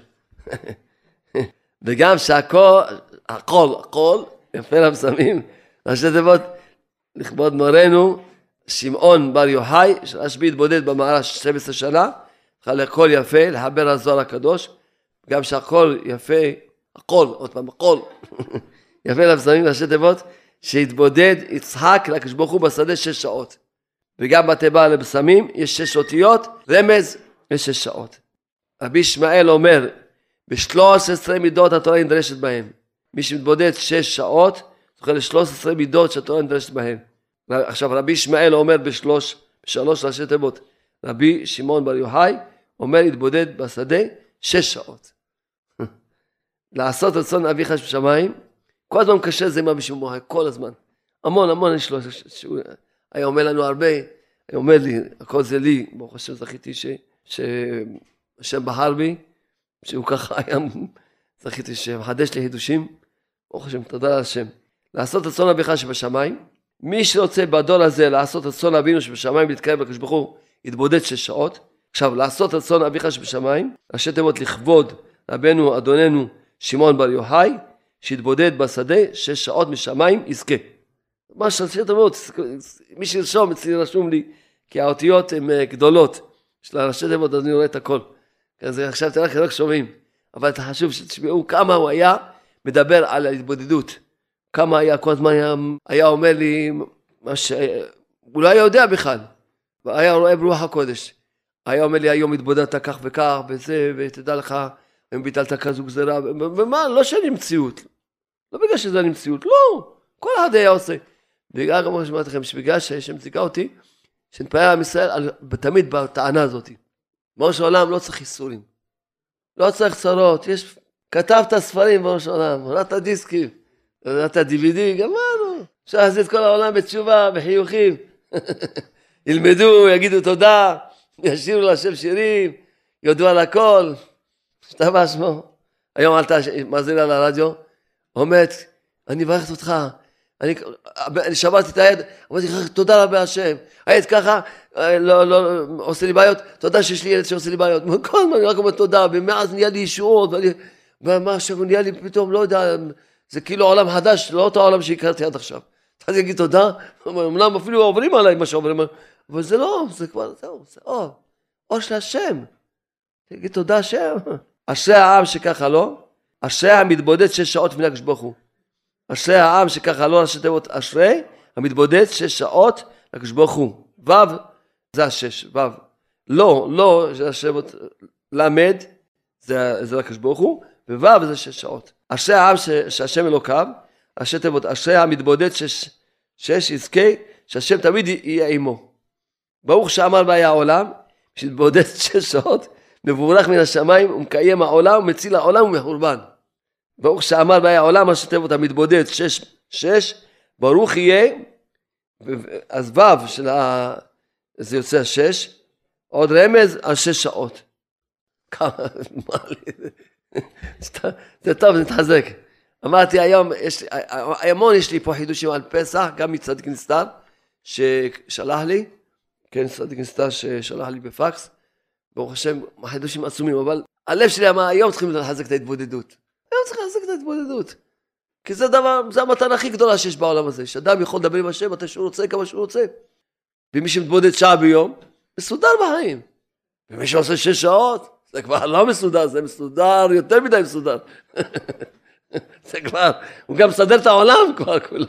וגם שהכל, הכל, הכל, יפה לבשמים. ראשי תיבות, לכבוד מורנו, שמעון בר יוחאי, שרשב"י התבודד במערה שתים עשרה שנה, לכל יפה, לחבר הזוהר הקדוש, גם שהכל יפה, הכל, עוד פעם, הכל, יפה לבשמים, ראשי תיבות, שהתבודד יצחק לקדוש ברוך הוא בשדה שש שעות. וגם בתיבה לבשמים יש שש אותיות, רמז יש שש שעות. רבי ישמעאל אומר, ב-שלוש עשרה מידות התורה נדרשת בהם. מי שמתבודד שש שעות, זוכה ל-שלוש עשרה מידות שהתורה נדרשת בהם. עכשיו רבי ישמעאל אומר בשלוש, בשלוש ראשי תיבות. רבי שמעון בר יוחאי אומר להתבודד בשדה שש שעות. לעשות רצון אביך שבשמיים, כל הזמן קשה זה מה בשביל מוחק, כל הזמן. המון המון יש לו, היה אומר לנו הרבה, היה אומר לי, הכל זה לי, ברוך השם זכיתי שהשם בחר בי, שהוא ככה היה, זכיתי שמחדש לי חידושים, ברוך השם, תודה להשם. לעשות רצון אביך שבשמיים, מי שרוצה בדור הזה לעשות רצון אבינו שבשמיים להתקרב לקדוש ברוך הוא, יתבודד שש שעות. עכשיו, לעשות רצון אביך שבשמיים, ראשי תיבות לכבוד רבנו אדוננו שמעון בר יוחאי, שיתבודד בשדה שש שעות משמיים יזכה. מה שראשי תיבות, מי שירשום, אצלי רשום לי, כי האותיות הן גדולות, של הראשי תיבות, אז אני רואה את הכל. אז עכשיו תראה, רק שומעים, אבל אתה חשוב שתשמעו כמה הוא היה מדבר על ההתבודדות. כמה היה, כל הזמן היה, היה אומר לי, מה ש... הוא לא היה יודע בכלל, והיה רואה ברוח הקודש. היה אומר לי, היום התבודדת כך וכך, וזה, ותדע לך, אם ביטלת כזו גזרה, ומה, לא שאני מציאות. לא בגלל שזה אני מציאות, לא. כל אחד היה עושה. בגלל, כמו שאמרתי לכם, שבגלל שמציגה אותי, שנתפעל עם ישראל, תמיד בטענה הזאת. בראש העולם לא צריך איסורים. לא צריך צרות. יש, כתבת ספרים בראש העולם, הורדת דיסקים, הורדת די וי די, גמרנו. אפשר לעשות את כל העולם בתשובה, בחיוכים. ילמדו, יגידו תודה, ישירו להשם שירים, יודו על הכל. שתבע שמו. היום עלתה, מאזינה לרדיו, אומרת, אני מברכת אותך, אני, אני שמעתי את היד, אמרתי לך, תודה רבה השם, היד ככה, לא, לא, עושה לי בעיות, תודה שיש לי ילד שעושה לי בעיות, כל הזמן אני רק אומר תודה, ומאז נהיה לי ישועות, ומה שנהיה לי פתאום, לא יודע, זה כאילו עולם חדש, לא אותו עולם שהכרתי עד עכשיו. אתה תגיד תודה, אמנם אפילו עוברים עליי מה שעוברים, אבל זה לא, זה כבר, זהו, זה אור, אור של השם, תגיד תודה השם. אשרי העם שככה לא, אשרי המתבודד שש שעות לפני הקדוש ברוך הוא. אשרי העם שככה לא, ראשי תיבות אשרי המתבודד שש שעות לקדוש ברוך הוא. ו' זה השש, ו'. לא, לא, זה השבט למד, זה, זה לקדוש ברוך הוא, וו' זה שש שעות. אשרי העם ש, שהשם אלוקיו, ראשי תיבות אשרי המתבודד שש, שש יזכה, שהשם תמיד יהיה עמו. ברוך שאמר והיה העולם, שהתבודד שש שעות, מבורך מן השמיים ומקיים העולם ומציל העולם ומחורבן. ברוך שאמר והיה העולם, ראשי תיבות המתבודד שש, שש, ברוך יהיה, אז ו' של ה... זה יוצא השש, עוד רמז על שש שעות. כמה, מה לי? זה טוב, זה מתחזק. אמרתי היום, יש לי, המון יש לי פה חידושים על פסח, גם מצדיק נסתר, ששלח לי, כן, צדיק נסתר ששלח לי בפקס, ברוך השם, חידושים עצומים, אבל הלב שלי אמר, היום צריכים לחזק את ההתבודדות. היום צריכים לחזק את ההתבודדות. כי זה דבר, זה המתנה הכי גדולה שיש בעולם הזה, שאדם יכול לדבר עם השם, מתי שהוא רוצה, כמה שהוא רוצה. ומי שמתבודד שעה ביום, מסודר בחיים. ומי שעושה שש שעות, זה כבר לא מסודר, זה מסודר, יותר מדי מסודר. זה כבר, הוא גם מסדר את העולם כבר כולו.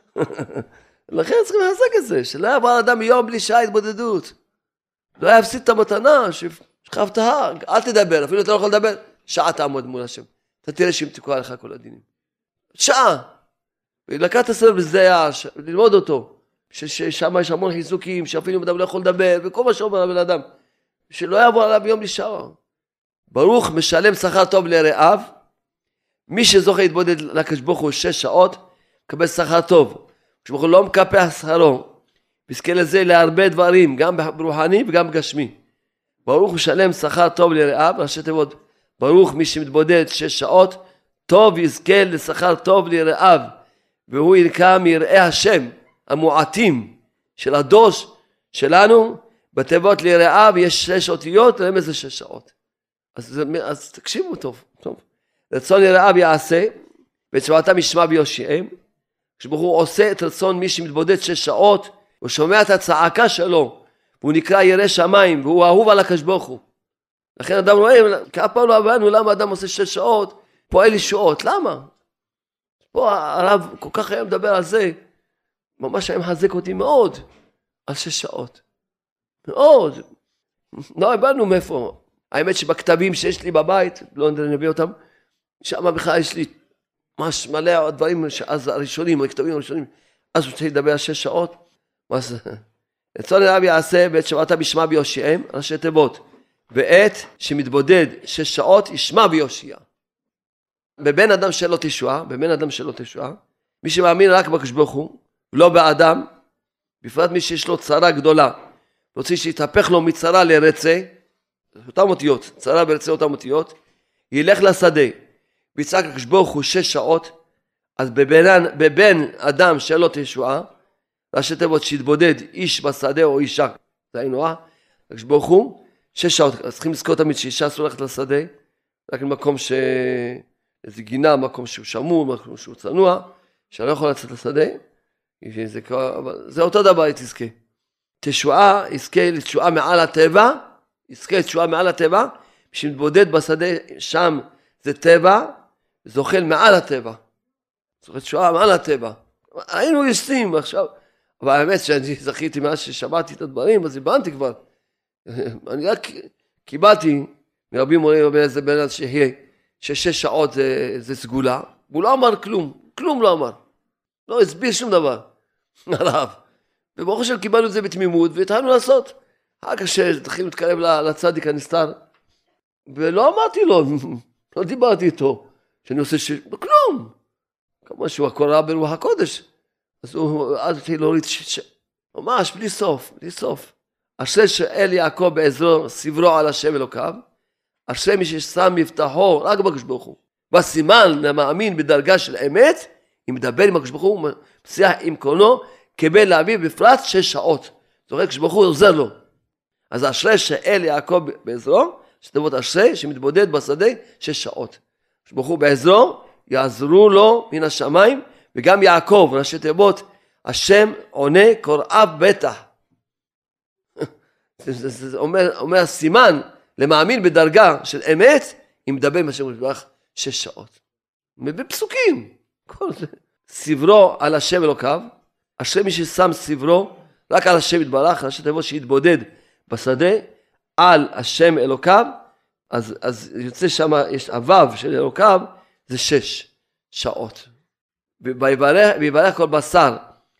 לכן צריכים לחזק את זה, שלא יעבור אדם יום בלי שעה התבודדות. לא יפסיד את המתנה, שחבת הר, אל תדבר, אפילו אתה לא יכול לדבר, שעה תעמוד מול השם. אתה תראה שאם תקוע לך כל הדינים. שעה. ולקחת הסדר בשדה יער, ללמוד אותו. ששם יש המון חיזוקים, שאפילו אדם לא יכול לדבר, וכל מה שאומר הבן אדם. שלא יעבור עליו יום לשעה. ברוך משלם שכר טוב לרעיו. מי שזוכה להתבודד לקדוש ברוך הוא שש שעות, מקבל שכר טוב. כשברוך הוא לא מקפח שכרו. ויזכה לזה להרבה דברים, גם ברוחני וגם בגשמי. ברוך משלם שכר טוב לרעיו, ראשי תיבות. ברוך מי שמתבודד שש שעות, טוב יזכה לשכר טוב לרעיו. והוא ילקה מיראי השם. המועטים של הדוש שלנו, בתיבות לרעיו יש שש אותיות, רמז זה שש שעות. אז, אז תקשיבו טוב, טוב. רצון לרעיו יעשה, ותשבעתם ישמע ביושיעם. כשברוך הוא עושה את רצון מי שמתבודד שש שעות, הוא שומע את הצעקה שלו, והוא נקרא ירא שמיים, והוא אהוב על הקדוש ברוך הוא. לכן אדם רואה, כי אף פעם לא הבנו למה אדם עושה שש שעות, פועל ישועות, למה? פה הרב כל כך היה מדבר על זה, ממש היה מחזק אותי מאוד, על שש שעות. מאוד. לא הבנו מאיפה. האמת שבכתבים שיש לי בבית, לא נביא אותם, שם בכלל יש לי ממש מלא דברים, אז הראשונים, הכתבים הראשונים, אז הוא צריך לדבר שש שעות, מה זה? רצון הרב יעשה בעת שבעת בשמע ביושיעם, ראשי תיבות, בעת שמתבודד שש שעות ישמע ביושיע. בבן אדם שלא תשועה, בבן אדם שלא תשועה, מי שמאמין רק בקדוש ברוך הוא, לא באדם, בפרט מי שיש לו צרה גדולה, רוצה שיתהפך לו מצרה לרצה, אותם אותיות, צרה ברצה אותם אותיות, ילך לשדה, ויצעק הקדוש ברוך הוא שש שעות, אז בבן, בבן אדם שלא תשועה, ראשי תיבות שיתבודד איש בשדה או אישה, זה היינו רואה, הקדוש ברוך הוא, שש שעות, אז צריכים לזכור תמיד שאישה אסור ללכת לשדה, רק למקום ש... איזה גינה, מקום שהוא שמור, מקום שהוא צנוע, שאני לא יכול לצאת לשדה, זה, זה אותו דבר, תזכה. תשועה, יזכה לתשועה מעל הטבע, יזכה לתשועה מעל הטבע, כשמתבודד בשדה, שם זה טבע, זוכל מעל הטבע. זוכל תשועה מעל הטבע. היינו יסים עכשיו, אבל האמת שאני זכיתי מאז ששמעתי את הדברים, אז הבנתי כבר. אני רק קיבלתי מרבים מורים, רבי איזה בן שיהיה, ששש שעות זה, זה סגולה, והוא לא אמר כלום, כלום לא אמר. לא הסביר שום דבר עליו. וברוך השם קיבלנו את זה בתמימות, והתחלנו לעשות. אחר כך שהתחילו להתקרב לצדיק הנסתר, ולא אמרתי לו, לא דיברתי איתו, שאני עושה ש... כלום. כמו שהוא הכל רע ברוח הקודש. אז הוא, אז התחיל להוריד ש... ממש בלי סוף, בלי סוף. אשר שאל יעקב בעזרו, סברו על השם אלוקיו, אשר מי ששם מבטחו רק בקדוש ברוך הוא. בסימן למאמין בדרגה של אמת, אם מדבר עם הקדוש ברוך הוא, מצליח עם קונו, קיבל לאביו בפרט שש שעות. זאת אומרת, הקדוש ברוך הוא עוזר לו. אז אשרי שאל יעקב בעזרו, שתבות אשרי שמתבודד בשדה שש שעות. הקדוש ברוך הוא בעזרו, יעזרו לו מן השמיים, וגם יעקב, ראשי תיבות, השם עונה קוראיו בטח. זה, זה, זה אומר, אומר סימן למאמין בדרגה של אמת, אם מדבר עם השם יתברך שש שעות. בפסוקים, כל זה. סברו על השם אלוקיו, אשרי מי ששם סברו, רק על השם יתברך, ראשי תיבות שיתבודד בשדה, על השם אלוקיו, אז, אז יוצא שם, יש הוו של אלוקיו, זה שש שעות. ויברך כל בשר,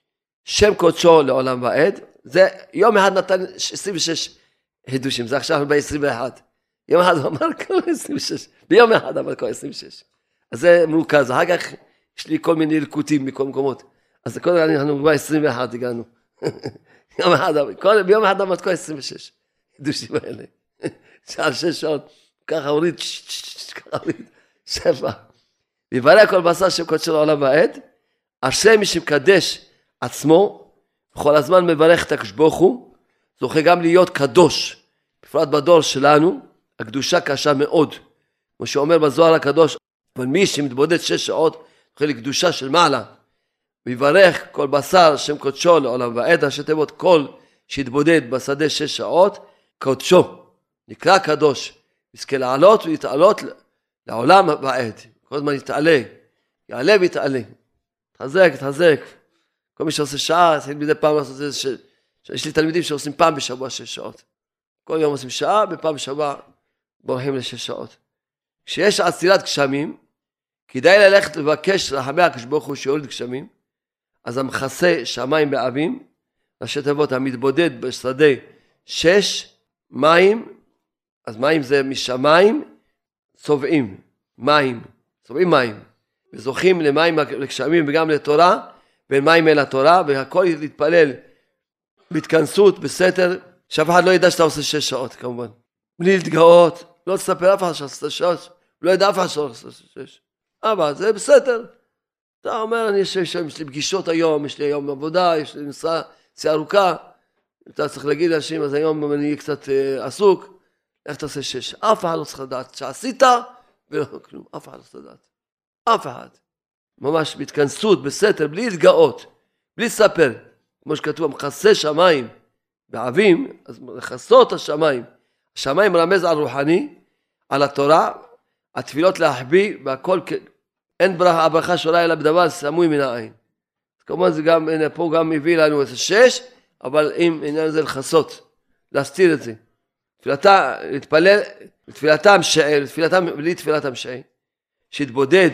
שם קודשו לעולם ועד, זה יום אחד נתן עשרים ושש חידושים, זה עכשיו ב-עשרים ואחת. יום אחד הוא אמר כל עשרים ושש, ביום אחד אמר כל עשרים ושש. אז זה מרוכז, אחר כך יש לי כל מיני ליקוטים מכל מקומות. אז כל הזמן אנחנו ב-עשרים ואחת הגענו. יום אחד, כל, ביום אחד אמר כל עשרים ושש חידושים האלה. שעל שש שעות, ככה הוריד, ככה הוריד, שבע. ויברא כל בשר שם קודשו לעולם ועד, אשרי מי שמקדש עצמו, בכל הזמן מברך את הקדוש ברוך הוא, זוכה גם להיות קדוש, בפרט בדור שלנו, הקדושה קשה מאוד, כמו שאומר בזוהר הקדוש, אבל מי שמתבודד שש שעות, זוכה לקדושה של מעלה, ויברך כל בשר שם קודשו לעולם ועד, ראשי תיבות כל שהתבודד בשדה שש שעות, קודשו, נקרא קדוש, יזכה לעלות ולהתעלות לעולם ועד, כל הזמן יתעלה, יעלה ויתעלה, תחזק, תחזק, כל מי שעושה שעה, צריך מדי פעם לעשות את זה, ש... יש לי תלמידים שעושים פעם בשבוע שש שעות. כל יום עושים שעה, בפעם בשבוע בורחים לשש שעות. כשיש עצירת גשמים, כדאי ללכת לבקש רחמי הקדוש ברוך הוא שיוריד גשמים, אז המכסה שמיים באבים, ראשי תיבות המתבודד בשדה שש מים, אז מים זה משמיים, צובעים, מים, צובעים מים, וזוכים למים לגשמים וגם לתורה, בין מים אל התורה, והכל להתפלל בהתכנסות, בסתר, שאף אחד לא ידע שאתה עושה שש שעות, כמובן. בלי להתגאות, לא תספר אף אחד שעושה שש, לא ידע אף אחד שעושה שש. אבל זה בסתר. אתה אומר, אני יש, יש, יש לי פגישות היום, יש לי היום עבודה, יש לי נסיעה ארוכה, אתה צריך להגיד לאנשים, אז היום אני אהיה קצת אה, עסוק, איך תעשה שש? אף אחד לא צריך לדעת שעשית, ולא כלום, אף אחד לא צריך לדעת. אף אחד. ממש בהתכנסות, בסתר, בלי להתגאות, בלי לספר. כמו שכתוב, מכסה שמיים באבים, אז מכסות השמיים. השמיים מרמז על רוחני, על התורה, התפילות להחביא, והכל, אין ברכה, הברכה שעולה אלא בדבר סמוי מן העין. כמובן זה גם, הנה, פה גם מביא לנו את שש, אבל אם עניין זה לחסות, להסתיר את זה. תפילתה, להתפלל, לתפילתם שעי, לתפילתם, בלי תפילתם שעי, שהתבודד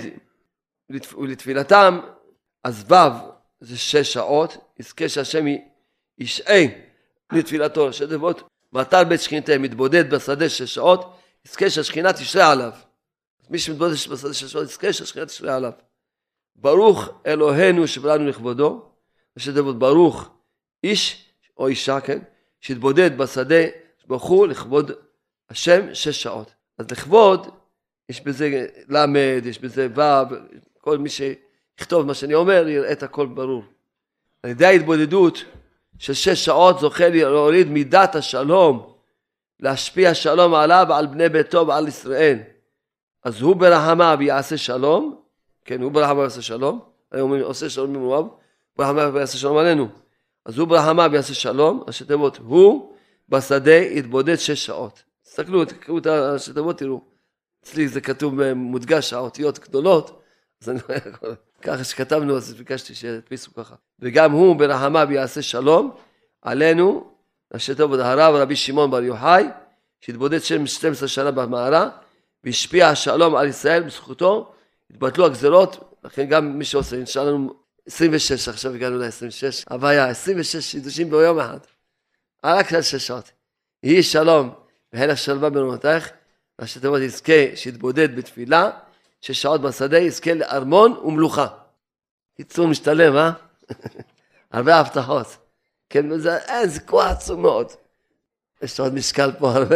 ולתפילתם, אז ו' זה שש שעות, יזכה שהשם ישעה לתפילתו, שתיבות, ואתר בית שכינתהם, מתבודד בשדה שש שעות, יזכה שהשכינה תשרה עליו. מי שמתבודד בשדה שש שעות, יזכה שהשכינה תשרה עליו. ברוך אלוהינו שבראנו לכבודו, שתיבות ברוך איש או אישה, כן, שהתבודד בשדה, שברכו לכבוד השם שש שעות. אז לכבוד, יש בזה למד, יש בזה ו', כל מי שיכתוב מה שאני אומר, יראה את הכל ברור. על ידי ההתבודדות של שש שעות זוכה להוריד מידת השלום, להשפיע שלום עליו ועל בני ביתו ועל ישראל. אז הוא ברחמיו יעשה שלום, כן, הוא ברחמיו יעשה שלום, היום הוא עושה שלום ממואב, ברחמיו יעשה שלום עלינו. אז הוא ברחמיו יעשה שלום, השתיבות, הוא בשדה יתבודד שש שעות. תסתכלו, תקראו את השתיבות, תראו. אצלי זה כתוב מודגש, האותיות גדולות, אז אני לא יכול, ככה שכתבנו, אז ביקשתי שתפיסו ככה. וגם הוא ברחמיו יעשה שלום עלינו, השתיבות, הרב רבי שמעון בר יוחאי, שהתבודד שם שתים עשרה שנה במערה, והשפיע השלום על ישראל בזכותו, התבטלו הגזרות, לכן גם מי שעושה, נשאר לנו עשרים ושש, עכשיו הגענו ל-עשרים ושש, הוויה, עשרים ושש שידושים ביום אחד, רק על שש שעות. יהי שלום, והלך שלווה ברומתך, השתיבות יזכה שיתבודד בתפילה, שש שעות בשדה יזכה לארמון ומלוכה. קיצור משתלם, אה? הרבה הבטחות. כן, זה, אה, זה כוח עצום מאוד. יש עוד משקל פה הרבה.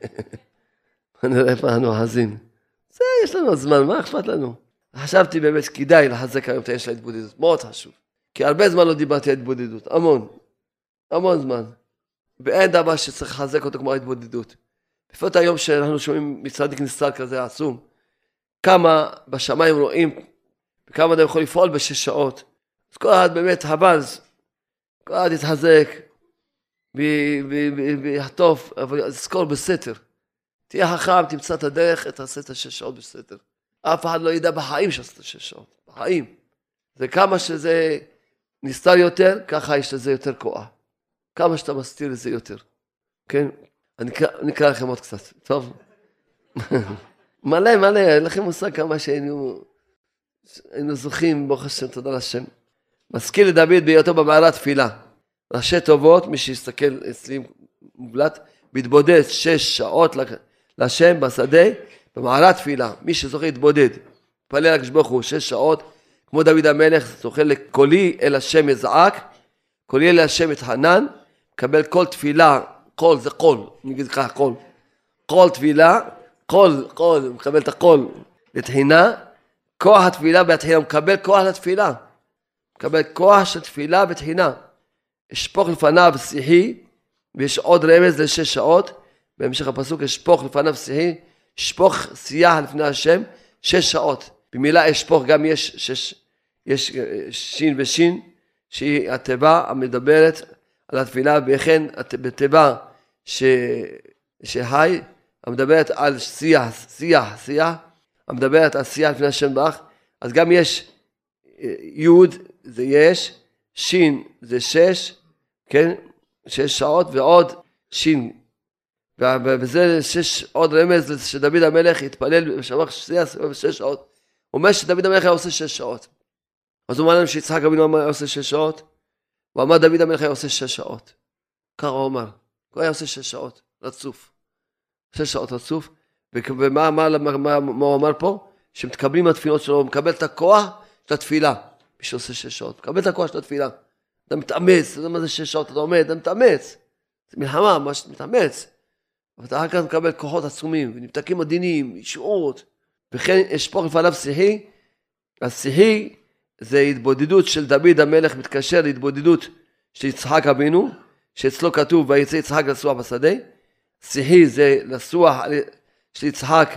נראה פה אנו חזין. זה, יש לנו זמן, מה אכפת לנו? חשבתי באמת שכדאי לחזק היום את האש להתבודדות, מאוד חשוב. כי הרבה זמן לא דיברתי על התבודדות, המון. המון זמן. ואין דבר שצריך לחזק אותו כמו ההתבודדות. בפרט היום שאנחנו שומעים מצדיק נסתר כזה עצום, כמה בשמיים רואים, וכמה אדם יכול לפעול בשש שעות. אז כל אחד באמת הבז, כל אחד יתחזק, ויחטוף, אבל יזכור בסתר. תהיה חכם, תמצא את הדרך, תעשה את השש שעות בסתר. אף אחד לא ידע בחיים שעשת את השש שעות, בחיים. זה כמה שזה נסתר יותר, ככה יש לזה יותר כוח. כמה שאתה מסתיר לזה יותר. כן? אני אקרא לכם עוד קצת, טוב? מלא, מלא, אין לכם מושג כמה שהיינו היינו זוכים, ברוך השם, תודה לשם. מזכיר לדוד בהיותו במערת תפילה. ראשי טובות, מי שיסתכל אצלי מובלט, מתבודד שש שעות לשם בשדה, במערת תפילה. מי שזוכה להתבודד, פלל הקדוש ברוך הוא שש שעות, כמו דוד המלך, זוכה לקולי אל השם יזעק, קולי אל השם יתחנן, מקבל כל תפילה, קול זה קול, אני אגיד ככה קול, קול תפילה, קול, קול, מקבל את הקול לתחינה, כוח התפילה בתחינה, מקבל כוח לתפילה, מקבל כוח של תפילה בתחינה, אשפוך לפניו שיחי, ויש עוד רמז לשש שעות, בהמשך הפסוק אשפוך לפניו שיחי, אשפוך שיח לפני השם, שש שעות, במילה אשפוך גם יש שש, יש שין ושין, שהיא התיבה המדברת על התפילה, וכן בתיבה ש... שהי, המדברת על שיח, שיח, שיח, המדברת על שיח לפני השם ברך, אז גם יש יוד, זה יש, שין זה שש, כן, שש שעות ועוד שין, וזה שש עוד רמז שדוד המלך התפלל ושמח שיח שש שעות, הוא אומר שדוד המלך היה עושה שש שעות, אז הוא אומר לנו שיצחק אבינו היה עושה שש שעות, הוא אמר דוד המלך היה עושה שש שעות, ככה הוא אומר, הוא היה עושה שש שעות, רצוף, שש שעות רצוף, ומה מה, מה, מה, מה הוא אמר פה? שמתקבלים התפילות שלו, הוא מקבל את הכוח של התפילה, מי שעושה שש שעות, מקבל את הכוח של התפילה, אתה מתאמץ, אתה יודע מה זה שש שעות, אתה עומד, אתה מתאמץ, זה מלחמה, מה שאתה מתאמץ, אבל אתה אחר כך מקבל כוחות עצומים, ונפתקים עדינים, ישועות, וכן אשפוך לפניו שיחי, השיחי זה התבודדות של דוד המלך, מתקשר להתבודדות של יצחק אבינו, שאצלו כתוב, ויצא יצחק לסוח בשדה, שיחי זה לסוח של יצחק,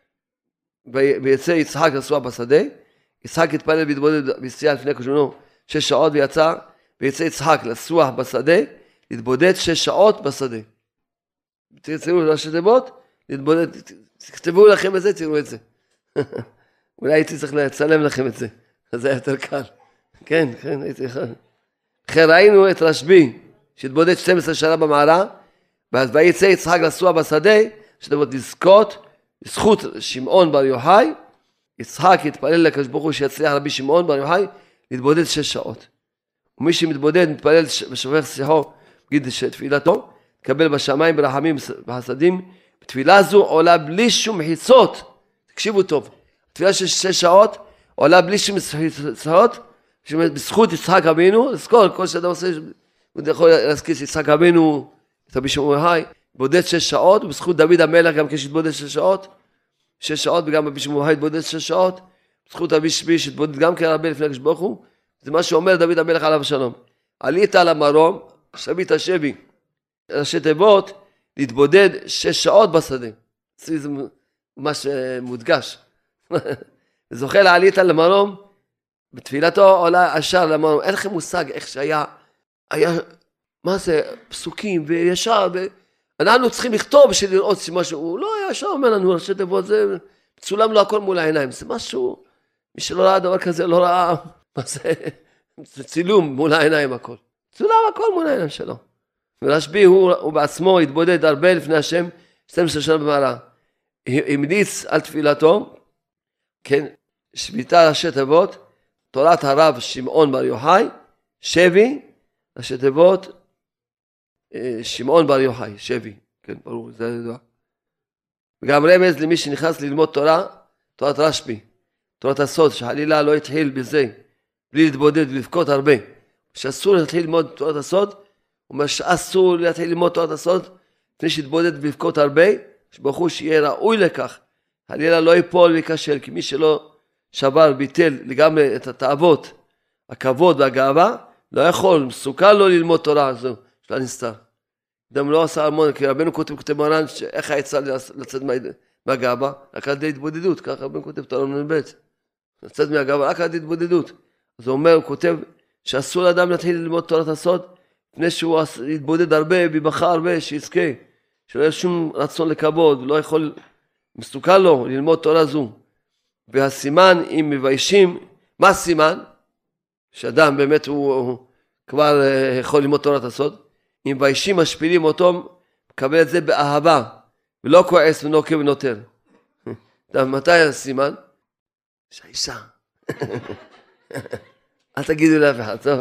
ויצא יצחק לסוח בשדה, יצחק התפלל והתבודד בסייע לפני קדוש שש שעות, ויצא, ויצא יצחק לסוח בשדה, להתבודד שש שעות בשדה. תראו ראשי תיבות, להתבודד, תכתבו לכם את זה, תראו את זה. אולי הייתי צריך לצלם לכם את זה, אז זה היה יותר קל. כן, כן, הייתי יכול. אחרי ראינו את רשב"י, שהתבודד שתים עשרה שנה במערה, ואז ויצא יצחק לסוח בשדה, ראשי תיבות לזכות, לזכות שמעון בר יוחאי, יצחק יתפלל לקדוש ברוך הוא שיצליח רבי שמעון בר יוחאי להתבודד שש שעות. ומי שמתבודד, מתפלל ושופך שיחו, גיד שתפילתו, תקבל בשמיים ברחמים ובחסדים. בתפילה זו עולה בלי שום חיצות. תקשיבו טוב. תפילה של שש שעות עולה בלי שום חיצות. בזכות יצחק אבינו, לזכור, כל שאדם עושה, הוא יכול להזכיר שיצחק אבינו, את רבי שמעון בר יוחאי, בודד שש שעות, ובזכות דוד המלך גם כשהתבודד שש שעות, שש שעות, וגם רבי שמעון בר יוחאי התבודד שש שעות, בזכות רבי שבי שהתבודד גם כן הרבה לפני הקדוש ברוך הוא, זה מה שאומר דוד המלך עליו השלום. עלית על המרום, שבית השבי, ראשי תיבות, להתבודד שש שעות בשדה. זה ממש מודגש. זוכה לעלית על המרום, בתפילתו עולה השער למרום. אין לכם מושג איך שהיה, היה, מה זה, פסוקים וישר, ואנחנו צריכים לכתוב בשביל לראות שמשהו, הוא לא היה ישר אומר לנו, ראשי תיבות, זה צולם לו הכל מול העיניים, זה משהו, מי שלא ראה דבר כזה לא ראה, מה זה, זה צילום מול העיניים הכל. צולם הכל מול העיניים שלו. ורשב"י הוא, הוא בעצמו התבודד הרבה לפני השם, שתים עשרה שנה במעלה. המליץ על תפילתו, כן, שביתה ראשי תיבות, תורת הרב שמעון בר יוחאי, שבי, ראשי תיבות, שמעון בר יוחאי, שבי, כן, ברור, זה ידוע. וגם רמז למי שנכנס ללמוד תורה, תורת רשב"י, תורת הסוד, שחלילה לא התחיל בזה, בלי להתבודד ולבכות הרבה. שאסור להתחיל ללמוד תורת הסוד, הוא אומר שאסור להתחיל ללמוד תורת הסוד, לפני שהתבודד ולבכות הרבה, שברוך הוא שיהיה ראוי לכך, חלילה לא ייפול ויקשל, כי מי שלא שבר, ביטל לגמרי את התאוות, הכבוד והגאווה, לא יכול, מסוכן לו ללמוד תורה הזו, של הנסתר. אדם לא עשה המון, כי רבנו כותב כותב מרן, איך היצא לצאת מהגאווה? רק על ידי התבודדות, ככה רבנו כותב תורה מנבט. לצאת מהגאווה, רק על ידי התבודדות. אז הוא אומר, הוא כותב, שאסור לאדם להתחיל ללמוד תורת הסוד, לפני שהוא יתבודד הרבה, ויבחר הרבה, שיזכה, שלא יהיה שום רצון לכבוד, לא יכול, מסוכן לו ללמוד תורה זו. והסימן, אם מביישים, מה הסימן? שאדם באמת הוא, הוא כבר יכול ללמוד תורת הסוד. אם מביישים משפילים אותו, מקבל את זה באהבה, ולא כועס ונוקה ונותר. מתי הסימן? שהאישה. אל תגידו לאף אחד, טוב.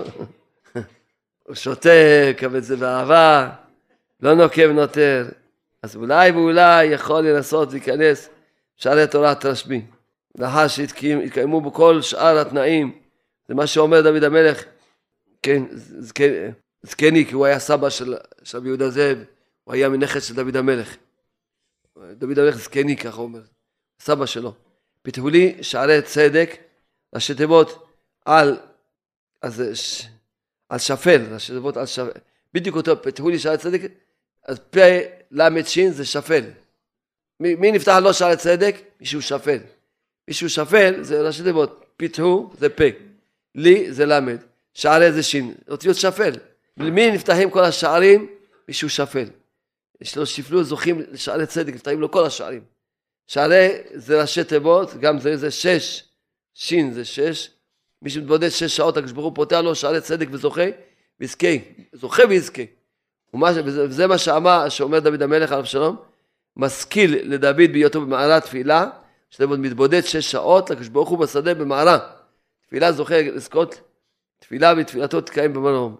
הוא שותק, אבל זה באהבה, לא נוקה ונותר. אז אולי ואולי יכול לנסות להיכנס שערי תורת רשב"י. לאחר שהתקיימו בכל שאר התנאים, זה מה שאומר דוד המלך, כן, זקני, כי הוא היה סבא של רבי יהודה זאב, הוא היה מנכס של דוד המלך. דוד המלך זקני, ככה אומר, סבא שלו. פיתחו לי שערי צדק, ראשי תיבות על, אז, על שפל, ראשי תיבות על שפל. בדיוק אותו, פיתחו לי שערי צדק, אז פה למד שין זה שפל. מי, מי נפתח לו שערי צדק? מישהו שפל. מישהו שפל זה ראשי תיבות, פיתחו זה פה, לי זה למד, שערי זה שין, אותיות שפל. למי נפתחים כל השערים? מישהו שפל. יש לו שפלו, זוכים לשערי צדק, נפתחים לו כל השערים. שערי זה ראשי תיבות, גם זה זה שש, שין זה שש, מי שמתבודד שש שעות, הקדוש ברוך הוא פותח לו שערי צדק וזוכה, ויזכה, זוכה ויזכה. וזה מה שאמר, שאומר דוד המלך עליו שלום, משכיל לדוד בהיותו במערה תפילה, שתבוד מתבודד שש שעות, לקדוש ברוך הוא בשדה במערה. תפילה זוכה לזכות, תפילה ותפילתו תקיים במרום.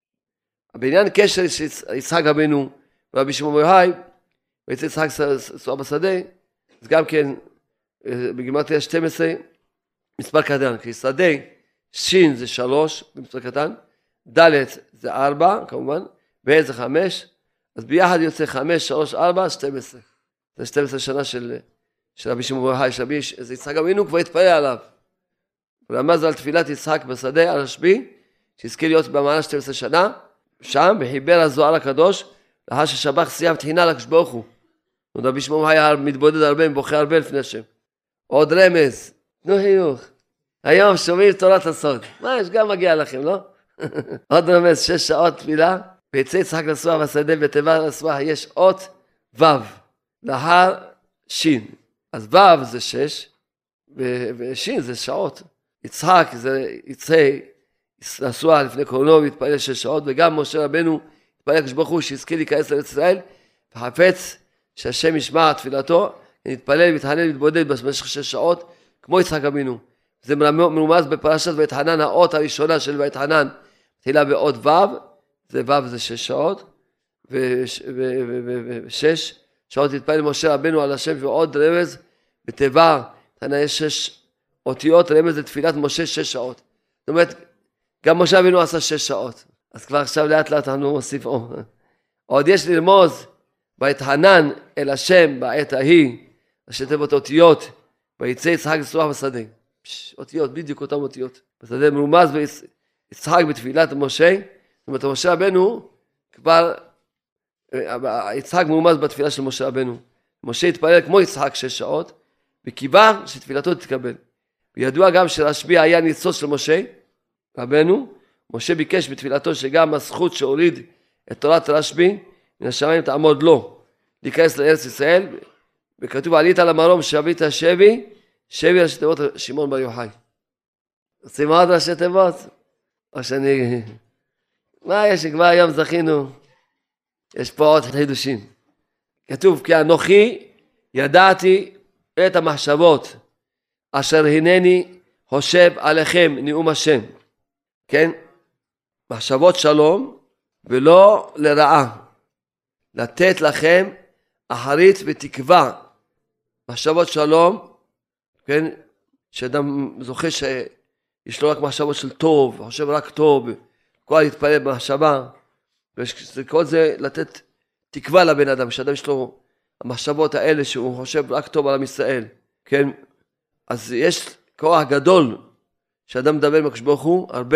בעניין קשר יצחק אבינו ורבי שמעון בר יוחאי, ויצא יצחק סוע בשדה, אז גם כן בגימטריה שתים עשרה מספר קטן, כי שדה שין זה שלוש במספר קטן, ד' זה ארבע כמובן, וה' זה חמש, אז ביחד יוצא חמש, שלוש, ארבע, שתים עשרה. זה שתים עשרה שנה של, של רבי שמעון בר יוחאי, שרבי יצחק אבינו כבר התפלל עליו. הוא רמז על תפילת יצחק בשדה על רשב"י, שהזכיר להיות במעלה שתים עשרה שנה, שם וחיבר הזוהר הקדוש, לאחר ששבח סייב תחינה לקדוש ברוך הוא. רבי שמעון היה מתבודד הרבה, מבוכה הרבה לפני השם. עוד רמז, תנו חיוך. היום שומעים תורת הסוד. מה, יש גם מגיע לכם, לא? עוד רמז, שש שעות תפילה, ויצא יצחק לסוע בשדה, בתיבה לסוע יש אות ו', לאחר שין. אז ו' זה שש, ושין זה שעות. יצחק זה יצא לסוע לפני קורנו, והתפלל שש שעות, וגם משה רבנו התפלל לקדוש ברוך הוא שיזכה להיכנס לארץ ישראל, וחפץ שהשם ישמע תפילתו, נתפלל ויתחנן ויתבודד במשך שש שעות, כמו יצחק אבינו. זה מרומז בפרשת ויתחנן, האות הראשונה של ויתחנן, תחילה באות ו', זה ו' זה שש שעות, ושש שעות התפלל משה רבנו על השם, ועוד רמז בתיבה, יש שש אותיות, רמז לתפילת משה שש שעות. זאת אומרת, גם משה רבנו עשה שש שעות. אז כבר עכשיו לאט לאט אנחנו מוסיף עוד. עוד יש לרמוז, ויתחנן אל השם בעת ההיא, ראשי תיבות אותיות, ויצא יצחק לשרוח בשדה. אותיות, בדיוק אותם אותיות. בשדה מרומז ביצחק בתפילת משה, זאת אומרת, משה רבנו כבר, יצחק מרומז בתפילה של משה רבנו. משה התפלל כמו יצחק שש שעות, וקיווה שתפילתו תתקבל. וידוע גם שרשב"י היה ניצוץ של משה רבנו. משה ביקש בתפילתו שגם הזכות שהוריד את תורת רשב"י מן השמיים תעמוד לו, להיכנס לארץ ישראל, וכתוב עלית למרום שבית שבי, שבי ראשי תיבות שמעון בר יוחאי. רוצים עוד ראשי תיבות? או שאני... מה יש, כבר היום זכינו? יש פה עוד חידושים. כתוב, כי אנוכי ידעתי את המחשבות, אשר הנני חושב עליכם נאום השם. כן? מחשבות שלום ולא לרעה. לתת לכם אחרית ותקווה. מחשבות שלום, כן? שאדם זוכה שיש לו רק מחשבות של טוב, חושב רק טוב, כל להתפלל במחשבה. וכל זה לתת תקווה לבן אדם, שאדם יש לו המחשבות האלה שהוא חושב רק טוב על עם ישראל. כן? אז יש כוח גדול שאדם מדבר עם הקדוש ברוך הוא הרבה,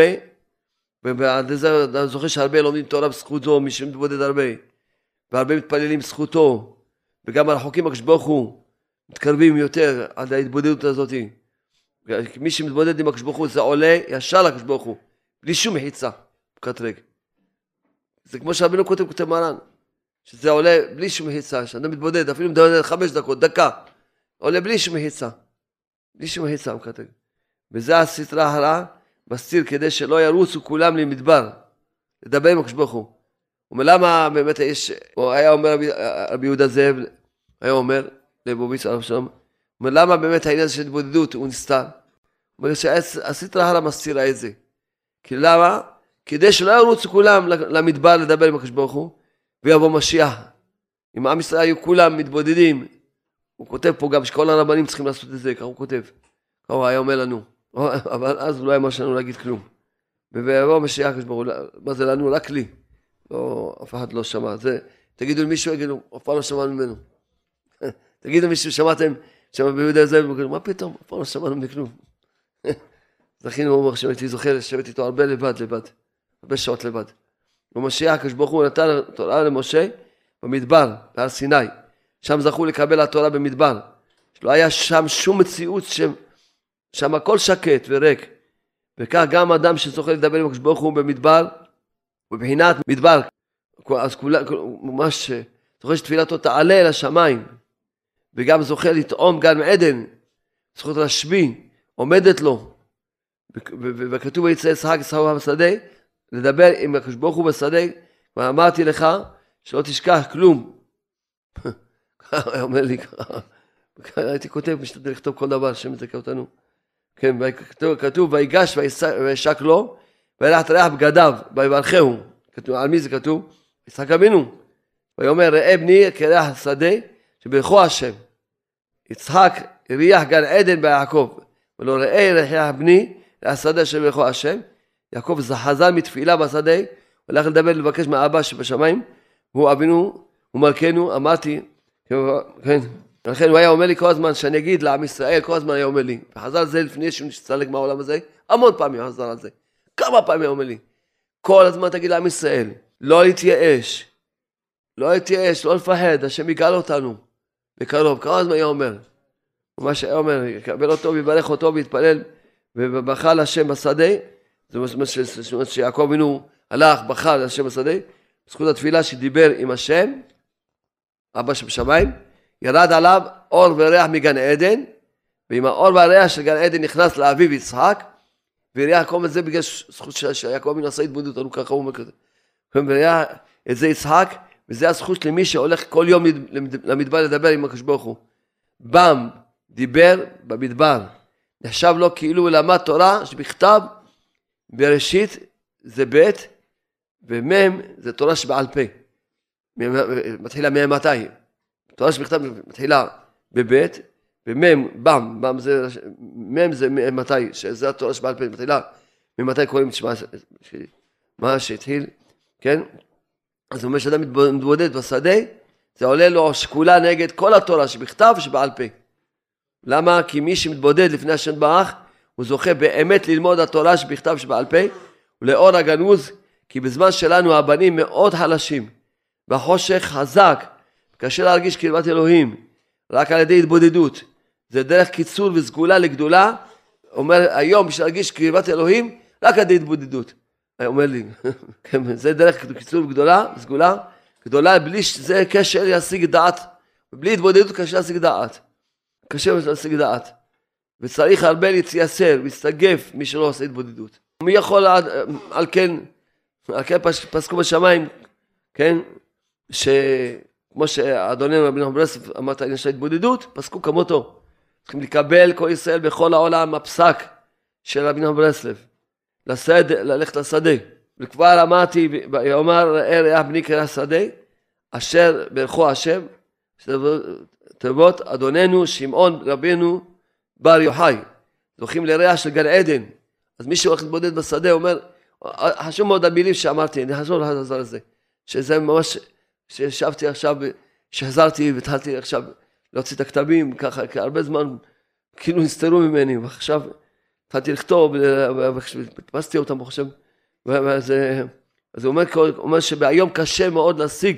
ועל זה אדם זוכה שהרבה לומדים תורה בזכותו, מי שמתבודד הרבה, והרבה מתפללים בזכותו, וגם הרחוקים הקדוש ברוך הוא מתקרבים יותר עד ההתבודדות הזאת. מי שמתבודד עם הקדוש ברוך הוא זה עולה ישר לקדוש ברוך הוא, בלי שום מחיצה, קטרג. זה כמו שהרבנו כותב כותב מרן, שזה עולה בלי שום מחיצה, שאדם מתבודד, אפילו מתבודד חמש דקות, דקה, עולה בלי שום מחיצה, בלי שום מחיצה, קטרג. וזה הסתרה הרע, מסתיר כדי שלא ירוצו כולם למדבר, לדבר עם הקדוש ברוך הוא. ולמה באמת יש, הוא היה אומר רבי יהודה זאב, היה אומר לבוביץ עליו שלום, ולמה באמת העניין של התבודדות הוא נסתר? הוא אומר שהסתרה הרע מסתירה את זה. כי למה? כדי שלא ירוצו כולם למדבר לדבר עם הקדוש ברוך הוא, ויבוא משיח. אם עם ישראל היו כולם מתבודדים, הוא כותב פה גם שכל הרבנים צריכים לעשות את זה, כך הוא כותב. כך הוא היה אומר לנו. אבל אז לא היה מה שלנו להגיד כלום. ויבוא משיח הקדוש ברוך הוא, מה זה לנו? רק לי. לא, אף אחד לא שמע. זה, תגידו למישהו, יגידו, אף פעם לא שמענו ממנו. תגידו למישהו, שמעתם, שמע ביהודה זאב, מה פתאום? אף פעם לא שמענו מכלום. זכינו, הוא אומר, שהייתי זוכר, לשבת איתו הרבה לבד, לבד. הרבה שעות לבד. ומשיח הקדוש ברוך הוא נתן תורה למשה במדבר, בהר סיני. שם זכו לקבל התורה במדבר. שלא היה שם שום מציאות, שם, שם הכל שקט וריק. וכך גם אדם שזוכה לדבר עם הקדוש ברוך הוא במדבר, בבחינת מדבר, אז כולה, ממש זוכה שתפילתו תעלה אל השמיים, וגם זוכה לטעום גן עדן, זכות רשב"י, עומדת לו, וכתוב ויצא יצחק לשרוח בשדה, לדבר עם הקדוש ברוך הוא בשדה, ואמרתי לך שלא תשכח כלום. הוא אומר לי ככה, הייתי כותב, משתדל לכתוב כל דבר, השם יזכה אותנו. כן, כתוב ויגש וישק לו, וילך תריח בגדיו, ויברכהו. על מי זה כתוב? יצחק אבינו. ויאמר ראה בני כריח שדה, שברכו השם. יצחק הריח גן עדן ביעקב, ולא ראה ריח בני, השדה שברכו השם. יעקב חזר מתפילה בשדה, והלך לדבר לבקש מהאבא שבשמיים, הוא אבינו, הוא מלכנו, אמרתי, כן, לכן הוא היה אומר לי כל הזמן, שאני אגיד לעם ישראל, כל הזמן היה אומר לי, וחזר על זה לפני שהוא נצטלק מהעולם הזה, המון פעמים חזר על זה. כמה פעמים אומר לי, כל הזמן תגיד לעם ישראל, לא להתייאש, לא להתייאש, לא לפחד, השם יגאל אותנו, בקרוב, כמה הזמן היה אומר, ומה שהיה אומר, יקבל אותו ויברך אותו ויתפלל, ובכה להשם בשדה, זאת אומרת שיעקב אבינו הלך, בכה להשם בשדה, בזכות התפילה שדיבר עם השם, אבא שבשמיים, ירד עליו אור וריח מגן עדן, ועם האור והריח של גן עדן נכנס לאביו יצחק, וריח כל זה בגלל זכות שיעקב אבינו עשה התבודדות, ככה הוא אומר כזה. וריח את זה יצחק, וזה הזכות למי שהולך כל יום למדבר לדבר עם הקדוש ברוך הוא. בם דיבר במדבר, נחשב לו כאילו למד תורה שבכתב. בראשית זה בית, ומם זה תורה שבעל פה, מתחילה ממתי. תורה שבכתב מתחילה בבית, ומם, בם, בם זה, מם זה מתי, שזה התורה שבעל פה, מתחילה ממתי קוראים את מה שהתחיל, כן? אז הוא אומר שאדם מתבודד בשדה, זה עולה לו שקולה נגד כל התורה שבכתב שבעל פה. למה? כי מי שמתבודד לפני השם ברח, הוא זוכה באמת ללמוד התורה שבכתב שבעל פה, ולאור הגנוז, כי בזמן שלנו הבנים מאוד חלשים, והחושך חזק, קשה להרגיש קרבת אלוהים, רק על ידי התבודדות. זה דרך קיצור וסגולה לגדולה. אומר היום בשביל להרגיש קרבת אלוהים, רק על ידי התבודדות. אומר לי, זה דרך קיצור וגדולה, סגולה, גדולה, בלי שזה קשה להשיג דעת, ובלי התבודדות קשה להשיג דעת. קשה להשיג דעת. וצריך הרבה להתייסר, להסתגף מי שלא עושה התבודדות. מי יכול על, על כן, על כן פסקו בשמיים, כן, שכמו שאדוננו רבי נחמן מברסלב אמרת עניין של התבודדות, פסקו כמותו. צריכים לקבל כל ישראל בכל העולם הפסק של רבי נחמן מברסלב. לשד, ללכת לשדה. וכבר אמרתי, יאמר ראה ראה בני קרא שדה, אשר ברכו השם, תיבות אדוננו שמעון רבינו בר יוחאי, זוכים לריח של גן עדן. אז מי שהולך להתבודד בשדה אומר, חשוב מאוד המילים שאמרתי, אני חזור לחזור לזה, שזה ממש, שישבתי עכשיו, שחזרתי והתחלתי עכשיו להוציא את הכתבים, ככה, כי הרבה זמן כאילו נסתרו ממני, ועכשיו התחלתי לכתוב, והדפסתי אותם, חושב, אז הוא אומר, אומר שבהיום קשה מאוד להשיג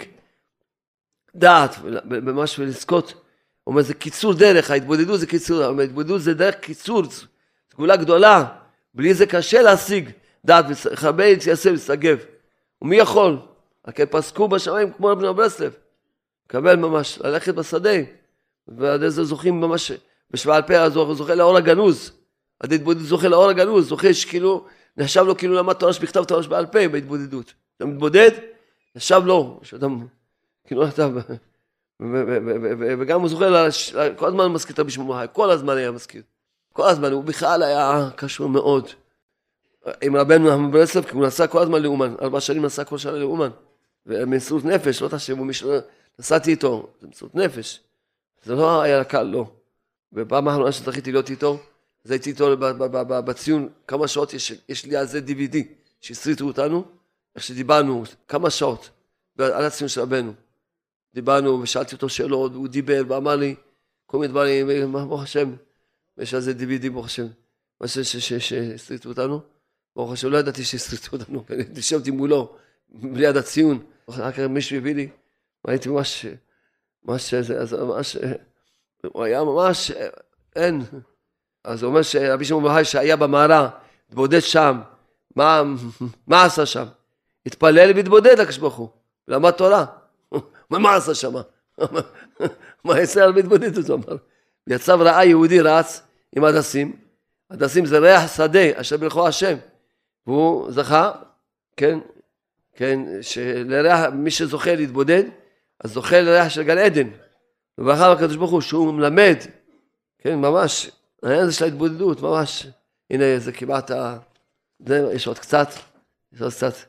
דעת, ממש ולזכות, הוא אומר, זה קיצור דרך, ההתבודדות זה קיצור, ההתבודדות זה דרך קיצור, סגולה גדולה, בלי זה קשה להשיג דעת, וחרבה יתייסר ולהסתגב. ומי יכול? רק פסקו בשמיים כמו רבי נחמן מברסלב, קבל ממש, ללכת בשדה, ועד איזה זוכים ממש, בשבעל פה, זוכה לאור הגנוז, עד התבודדות זוכה לאור הגנוז, זוכה שכאילו, נחשב לו כאילו למד תורה שבכתב תורה שבעל פה בהתבודדות. אתה מתבודד, נחשב לו, שאדם, כאילו אתה, וגם הוא זוכר, כל הזמן מזכיר את רבי שמעון, כל הזמן היה מזכיר, כל הזמן, הוא בכלל היה קשור מאוד, עם רבנו נחמן מברסלב, כי הוא נסע כל הזמן לאומן, ארבע שנים נסע כל שנה לאומן, ומסרות נפש, לא תחשבו, מי שנסעתי איתו, זה מסרות נפש, זה לא היה קל, לא. בפעם האחרונה שזכיתי להיות איתו, אז הייתי איתו בציון, כמה שעות, יש, יש לי על זה די וי די, שהסריטו אותנו, איך שדיברנו, כמה שעות, על הציון של רבנו. דיברנו ושאלתי אותו שאלות, והוא דיבר ואמר לי, כל מיני דברים, ברוך השם, יש על זה די וי די, ברוך השם, מה שהסריטו אותנו, ברוך השם, לא ידעתי שהסריטו אותנו, נשבתי מולו, ליד הציון, אחר כך מישהו הביא לי, הייתי ממש, ממש, אז ממש, הוא היה ממש, אין, אז הוא אומר שרבי שמעון בר יוחאי שהיה במערה, התבודד שם, מה, מה עשה שם? התפלל והתבודד לקדוש ברוך הוא, למד תורה. מה עשה שם? מה יעשה על התבודדות? הוא אמר. יצא וראה יהודי רץ עם הדסים, הדסים זה ריח שדה, אשר ברכו השם, והוא זכה, כן, כן, שלריח, מי שזוכה להתבודד, אז זוכה לריח של גן עדן, וברכה הקדוש ברוך הוא שהוא מלמד, כן, ממש, העניין הזה של ההתבודדות, ממש, הנה זה כמעט, זה, יש עוד קצת, יש עוד קצת,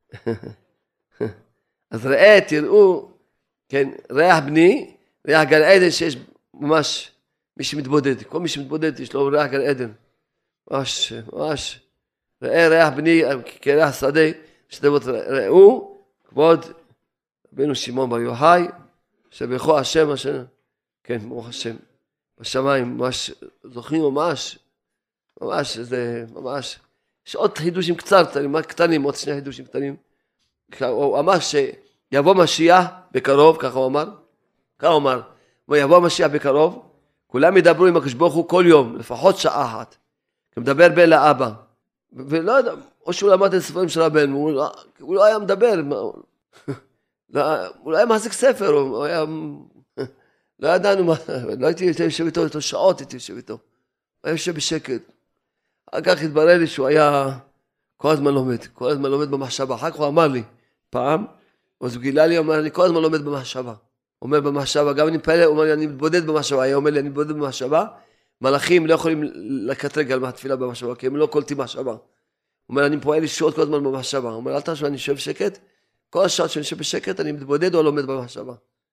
אז ראה, תראו, כן, ריח בני, ריח גן עדן שיש ממש, מי שמתבודד, כל מי שמתבודד יש לו ריח גן עדן, ממש, ממש, ראה ריח בני כריח שדה, שתיבות ראו, כבוד רבינו שמעון בר יוחאי, שברכו השם אשר, כן, ברוך השם, בשמיים, ממש, זוכים ממש, ממש, זה ממש, יש עוד חידושים קצרים, קטנים, עוד שני חידושים קטנים, הוא אמר שיבוא משיח בקרוב, ככה הוא אמר, ככה הוא אמר, ויבוא משיח בקרוב, כולם ידברו עם הקדוש ברוך הוא כל יום, לפחות שעה אחת, כמדבר בן לאבא, ולא יודע, או שהוא למד את הספרים של רבנו, הוא לא, הוא לא היה מדבר, לא, הוא לא היה מחזיק ספר, הוא היה, לא ידענו מה, לא הייתי יושב איתו, איתו שעות הייתי יושב איתו, הוא היה יושב בשקט, אחר כך התברר לי שהוא היה כל הזמן לומד, כל הזמן לומד במחשבה, אחר כך הוא אמר לי, פעם, אז הוא גילה לי, הוא אומר, אני כל הזמן לומד במחשבה. הוא אומר במחשבה, גם אני מתפלל, הוא אומר לי, אני מתבודד במחשבה. הוא אומר לי, אני מתבודד במחשבה. מלאכים לא יכולים לקטרג על התפילה במחשבה, כי הם לא קולטים מחשבה. הוא אומר, אני פועל לי שעות כל הזמן במחשבה. הוא אומר, אל תשמע, אני יושב בשקט. כל השעות שאני יושב בשקט, אני מתבודד או לומד במחשבה.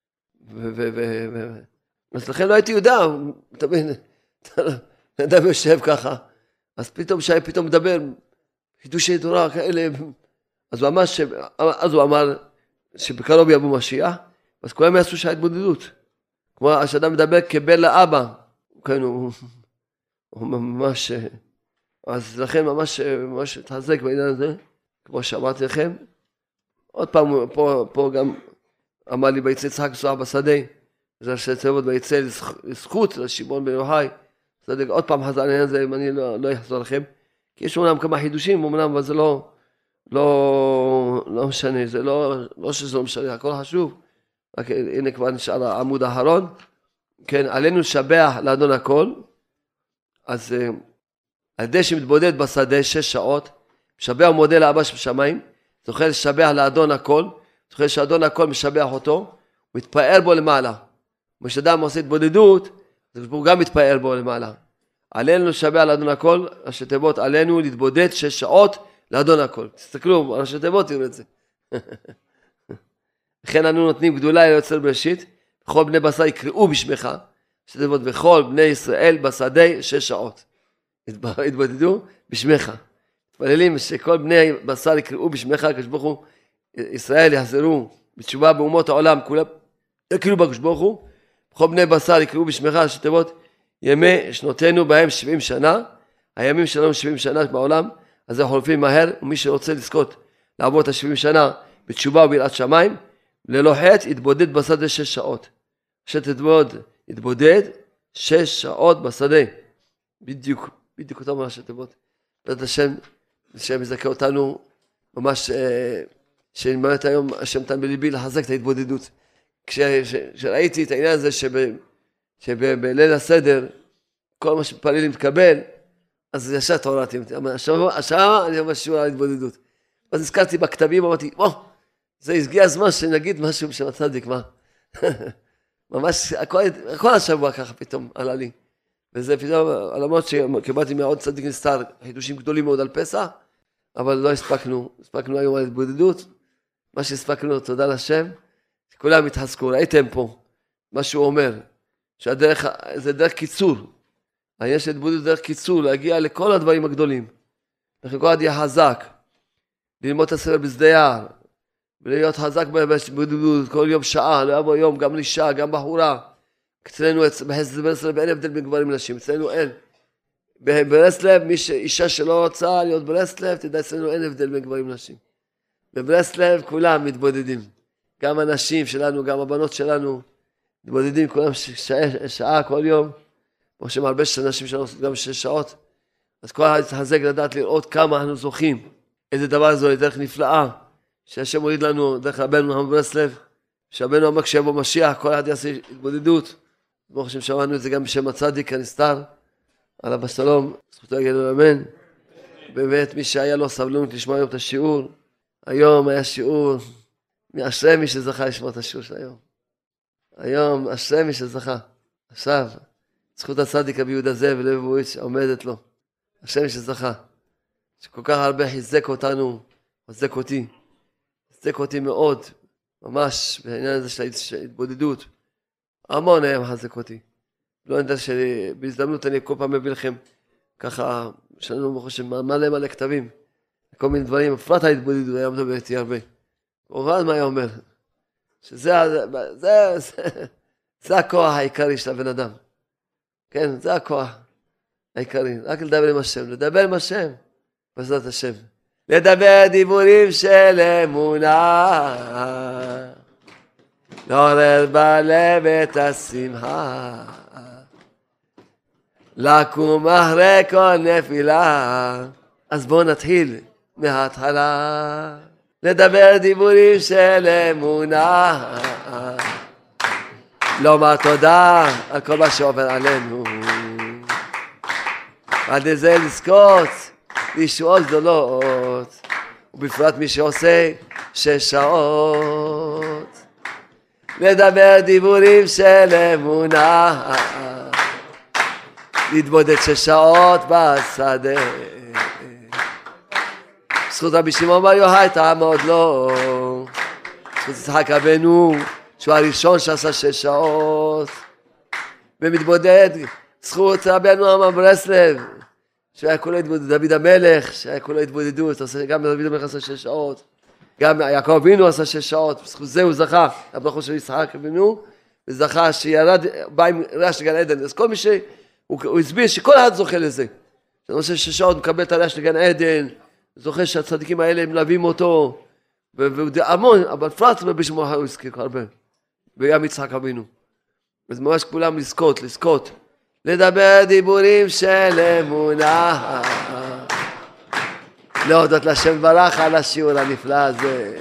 אז לכן לא הייתי יודע, אתה מבין, אדם יושב ככה. אז פתאום שי פתאום מדבר, חידושי תורה כאלה. אז הוא אמר, אז הוא אמר, שבקרוב יבוא משיח, אז כולם יעשו שעה התבודדות. כמו שאדם מדבר כבן לאבא. כן, הוא, הוא ממש, אז לכן ממש, ממש התחזק בעניין הזה, כמו שאמרתי לכם. עוד פעם, פה, פה גם אמר לי ביצא יצחק סועה בשדה, זה ראשי תיבות ביצא לזכות לשמעון בן יוחאי. עוד פעם חזר לעניין הזה, אם אני לא, לא אחזור לכם, כי יש אומנם כמה חידושים, אומנם, אבל זה לא, לא, לא משנה, זה לא, לא שזה לא משנה, הכל חשוב. רק הנה כבר נשאר העמוד האחרון. כן, עלינו לשבח לאדון הכל. אז על ידי שמתבודד בשדה שש שעות, משבח ומודה לאבא שבשמיים, זוכה לשבח לאדון הכל, זוכה שאדון הכל משבח אותו, הוא מתפאר בו למעלה. כשאדם עושה התבודדות, הוא גם מתפאר בו למעלה. עלינו לשבח לאדון הכל, ראשי תיבות, עלינו להתבודד שש שעות לאדון הכל. תסתכלו, ראשי תיבות תראו את זה. לכן אנו נותנים גדולה ליוצר בראשית, בכל בני בשר יקראו בשמך, ראשי תיבות, בכל בני ישראל בשדה שש שעות. התבודדו בשמך. מתפללים שכל בני בשר יקראו בשמך, הקדוש ברוך הוא, ישראל יחזרו בתשובה באומות העולם, כולם יקראו בקדוש ברוך הוא, בכל בני בשר יקראו בשמך, ראשי תיבות, ימי שנותינו בהם שבעים שנה, הימים שלנו שבעים שנה בעולם, אז זה חולפים מהר, ומי שרוצה לזכות לעבור את ה-שבעים שנה בתשובה וביראת שמיים, ללא חטא יתבודד בשדה שש שעות. שתתבוד, יתבודד שש שעות בשדה. בדיוק, בדיוק אותם ראשי תיבות. בעזרת השם, השם יזכה אותנו, ממש, שאני באמת היום, השם נתן בליבי לחזק את ההתבודדות. כשראיתי את העניין הזה שבליל הסדר, כל מה שמפללים מתקבל, אז ישר תורתי. השעה אני אומר שיעור על ההתבודדות. אז הזכרתי בכתבים, אמרתי, בוא, זה הגיע הזמן שנגיד משהו בשם הצדיק, מה? ממש, הכל, הכל השבוע ככה פתאום עלה לי. וזה פתאום, למרות שקיבלתי מעוד צדיק נסתר, חידושים גדולים מאוד על פסח, אבל לא הספקנו, הספקנו היום על התבודדות. מה שהספקנו, תודה לשם, שכולם התחזקו, ראיתם פה, מה שהוא אומר, שהדרך, זה דרך קיצור. העניין של התבודדות דרך קיצור, להגיע לכל הדברים הגדולים. לכן כל אחד יהיה חזק, ללמוד את הספר בשדה יער, ולהיות חזק בהתבודדות, כל יום שעה, לא יבוא יום, גם לאישה, גם בחורה. אצלנו בחסד ברסלב אין הבדל בין גברים לנשים, אצלנו אין. ברסלב, מי שאישה שלא רוצה להיות ברסלב, תדע, אצלנו אין הבדל בין גברים לנשים. בברסלב כולם מתבודדים. גם הנשים שלנו, גם הבנות שלנו, מתבודדים כולם שעה, שעה כל יום. כמו שמרבה של אנשים שלנו עושים גם שש שעות. אז כל אחד יתחזק לדעת לראות כמה אנחנו זוכים. איזה דבר זו, דרך נפלאה. שהשם מוריד לנו דרך רבנו ברסלב. שרבנו אמר כשיבוא משיח, כל אחד יעשה התבודדות. כמו ששמענו את זה גם בשם הצדיק הנסתר. עליו השלום, זכותו יגידו אמן. באמת מי שהיה לו סבלנות לשמוע היום את השיעור. היום היה שיעור, אשרי מי שזכה לשמוע את השיעור של היום. היום אשרי מי שזכה. עכשיו, זכות הצדיק רבי יהודה זאב ולבוביץ' עומדת לו. אשרי מי שזכה. שכל כך הרבה חיזק אותנו, חיזק אותי. חיזק אותי מאוד, ממש, בעניין הזה של ההתבודדות. המון היה מחזק אותי. לא יודע שבהזדמנות אני כל פעם מביא לכם, ככה, שלנו חושב, מלא מלא כתבים. כל מיני דברים, בפרט ההתבודדות, היה מדבר איתי הרבה. ובאז מה היה אומר? שזה זה, זה, זה הכוח העיקרי של הבן אדם. כן, זה הכוח העיקרי. רק לדבר עם השם, לדבר עם השם, בעזרת השם. לדבר דיבורים של אמונה, לעורר בלב את השמחה, לקום אחרי כל נפילה. אז בואו נתחיל מההתחלה. לדבר דיבורים של אמונה, לומר תודה על כל מה שעובר עלינו, על זה לזכות לישועות גדולות, ובפרט מי שעושה שש שעות. לדבר דיבורים של אמונה, להתבודד שש שעות בשדה. זכות רבי שמעון בר יוחאי תעמוד לו, זכות יצחק אבינו שהוא הראשון שעשה שש שעות ומתבודד. זכות רבנו עמרם ברסלב שהיה כולו התבודדות, דוד המלך שהיה כולו התבודדות, גם דוד המלך עשה שש שעות, גם יעקב אבינו עשה שש שעות. בזכות זה הוא זכה, הברכות של יצחק אבינו, וזכה שירד, בא עם רעש לגן עדן. אז כל מי שהוא הסביר שכל אחד זוכה לזה, זה עושה שש שעות, מקבל את הרעש לגן עדן, זוכה שהצדיקים האלה מלווים אותו, והמון, אבל פרט רבי שמעון הוא הזכיר הרבה, וגם יצחק אבינו. אז ממש כולם לזכות, לזכות, לדבר דיבורים של אמונה, להודות לשם ברח על השיעור הנפלא הזה,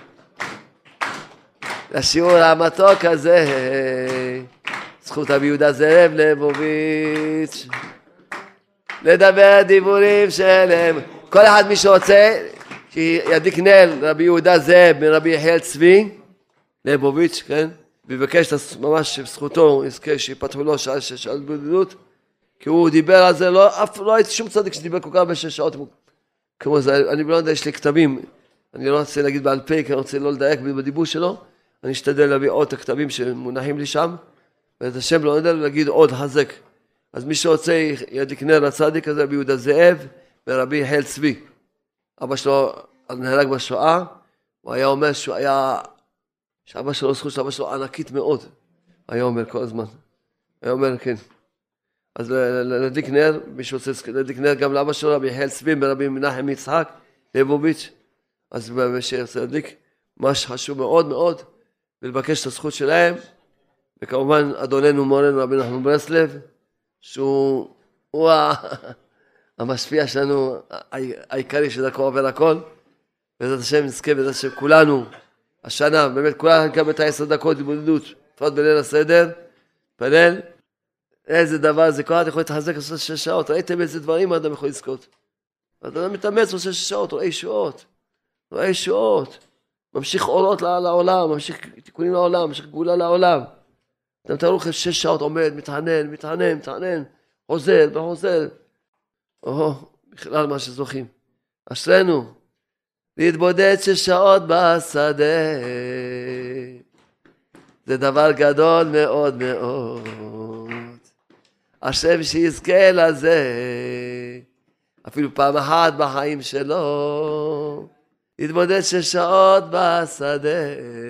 לשיעור המתוק הזה. זכות רבי יהודה זאב ליבוביץ', לדבר דיבורים של אמונה. כל אחד מי שרוצה שידליק נר רבי יהודה זאב מרבי יחיאל צבי ליבוביץ', כן? ויבקש ממש בזכותו, יזכה שיפתחו לו שעה שש שעות בודדות, כי הוא דיבר על זה, לא, אף, לא הייתי שום צדיק שדיבר כל כך בשש שעות כמו זה. אני לא יודע, יש לי כתבים, אני לא רוצה להגיד בעל פה, כי אני רוצה לא לדייק בדיבור שלו, אני אשתדל להביא עוד הכתבים שמונחים לי שם, ואת השם לא יודע להגיד עוד חזק. אז מי שרוצה ידליק נר לצדיק הזה, רבי יהודה זאב ורבי יחיאל צבי. אבא שלו נהרג בשואה, הוא היה אומר שהוא היה, שאבא שלו, זכות של אבא שלו ענקית מאוד, היה אומר כל הזמן, היה אומר כן. אז להדליק נר, מי שרוצה להדליק נר גם לאבא שלו, רבי יחיאל צבי ורבי מנחם יצחק ליבוביץ', אז מי שרוצה להדליק, ממש חשוב מאוד מאוד, ולבקש את הזכות שלהם, וכמובן אדוננו מורנו רבי נחמן ברסלב, שהוא הוא המשפיע שלנו העיקרי שדרכו עובר הכל, בעזרת השם נזכה, בעזרת השם כולנו השנה, באמת כולנו נקבל את העשר דקות התבודדות, בפרט בליל הסדר, פלל, איזה דבר זה, כל אחד יכול להתחזק עושה שש שעות, ראיתם איזה דברים אדם יכול לזכות, אדם מתאמץ עושה שש שעות, רואה ישועות, רואה ישועות, ממשיך אורות לעולם, ממשיך תיקונים לעולם, ממשיך גאולה לעולם. אתם תראו לכם שש שעות עומד, מתענן, מתענן, מתענן, חוזר וחוזר. או, בכלל מה שזוכים. אשרנו, להתבודד שש שעות בשדה. זה דבר גדול מאוד מאוד. השם שיזכה לזה, אפילו פעם אחת בחיים שלו. להתבודד שש שעות בשדה.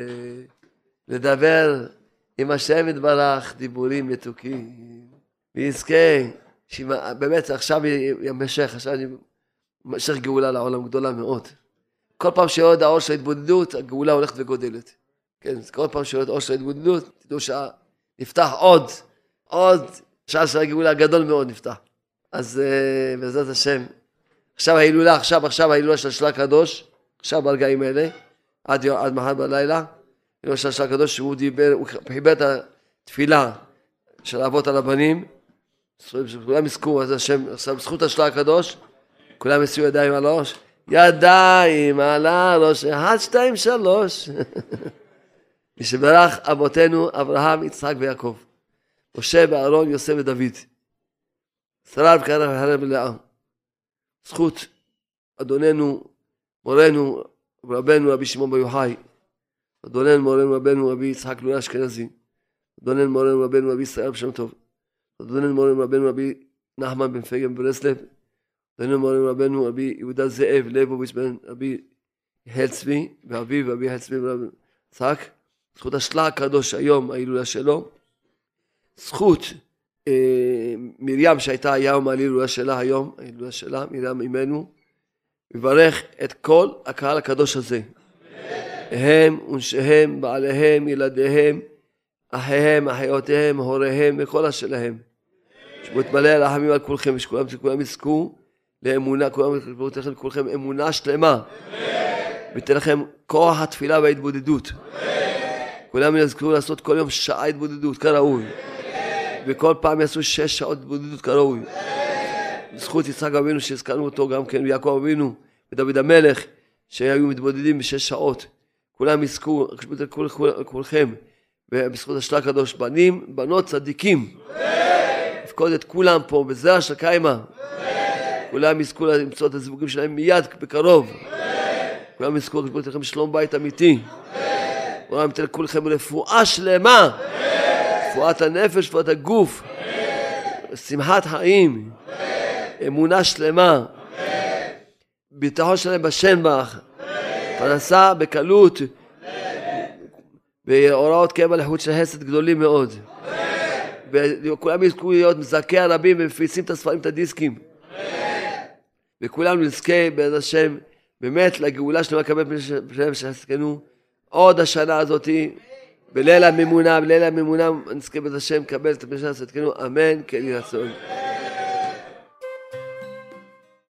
לדבר עם השם יתברך דיבורים מתוקים. ויזכה, באמת עכשיו ימשך, עכשיו ימשך גאולה לעולם גדולה מאוד. כל פעם שיורד האור של ההתבודדות, הגאולה הולכת וגודלת. כן, כל פעם שיורד האור של ההתבודדות, תדעו שנפתח עוד, עוד שעה של הגאולה גדול מאוד נפתח. אז בעזרת השם, עכשיו ההילולה, עכשיו, עכשיו ההילולה של השלה הקדוש, עכשיו ברגעים האלה, עד, עד מחר בלילה, הילולה של השלה הקדוש, שהוא דיבר, הוא חיבר את התפילה של האבות על הבנים, כולם יזכו, אז השם, עכשיו בזכות השלה הקדוש, כולם ישיאו ידיים על הראש, ידיים על הראש, אחד, שתיים, שלוש. מי שברך אבותינו, אברהם, יצחק ויעקב, משה ואהרון, יוסף ודוד. שרה וקרא וחרב מלאה. זכות אדוננו, מורנו, רבנו, רבי שמעון בר יוחאי. אדוננו, מורנו, רבנו, רבי יצחק לוי אשכנזי. אדוננו, מורנו, רבנו, רבי ישראל שם טוב. אדוננו, מורנו, רבנו, רבי נחמן בן פגה ברסלב. אדוננו, מורנו, רבנו, רבי יהודה זאב ליבוביץ' בן רבי יחיאל צבי, ואביו רבי יחיאל צבי ורבי יצחק. זכות השלה הקדוש היום, ההילולה שלו. זכות אה, מרים שהייתה היום ההילולה שלה היום, ההילולה שלה, מרים אימנו, מברך את כל הקהל הקדוש הזה. הם ונשיהם, בעליהם, ילדיהם, אחיהם, אחיותיהם, הוריהם וכל השלהם. שמתמלא הרחמים על כולכם, ושכולם כולם יזכו לאמונה, כולם יתן לכולכם אמונה שלמה. ותן לכם כוח התפילה וההתבודדות. כולם יזכרו לעשות כל יום שעה התבודדות כראוי. וכל פעם יעשו שש שעות התבודדות כראוי. בזכות יצחק אבינו שהזכרנו אותו גם כן, ויעקב אבינו ודוד המלך, שהיו מתבודדים בשש שעות. כולם יזכו, כול, כול, כולכם, בזכות השלה הקדוש, בנים, בנות, צדיקים. לפקוד את כולם פה, בזרע של קיימא. כולם יזכו למצוא את הזיווגים שלהם מיד, בקרוב. כולם יזכו לשבות לכם שלום בית אמיתי. כולם ייתן לכולכם רפואה שלמה. רפואת הנפש, רפואת הגוף. שמחת חיים. אמונה שלמה. ביטחון שלהם בשם בך. פרנסה בקלות. והוראות קבע לחוט של חסד גדולים מאוד. וכולם יזכו להיות מזכי הרבים ומפיצים את הספרים, את הדיסקים. וכולם נזכה בעזרת השם באמת לגאולה שלמה לקבל פני שחסקנו עוד השנה הזאת בליל הממונה, בליל הממונה נזכה בעזרת השם לקבל את פני שחסקנו, אמן, כן יהיה רצון.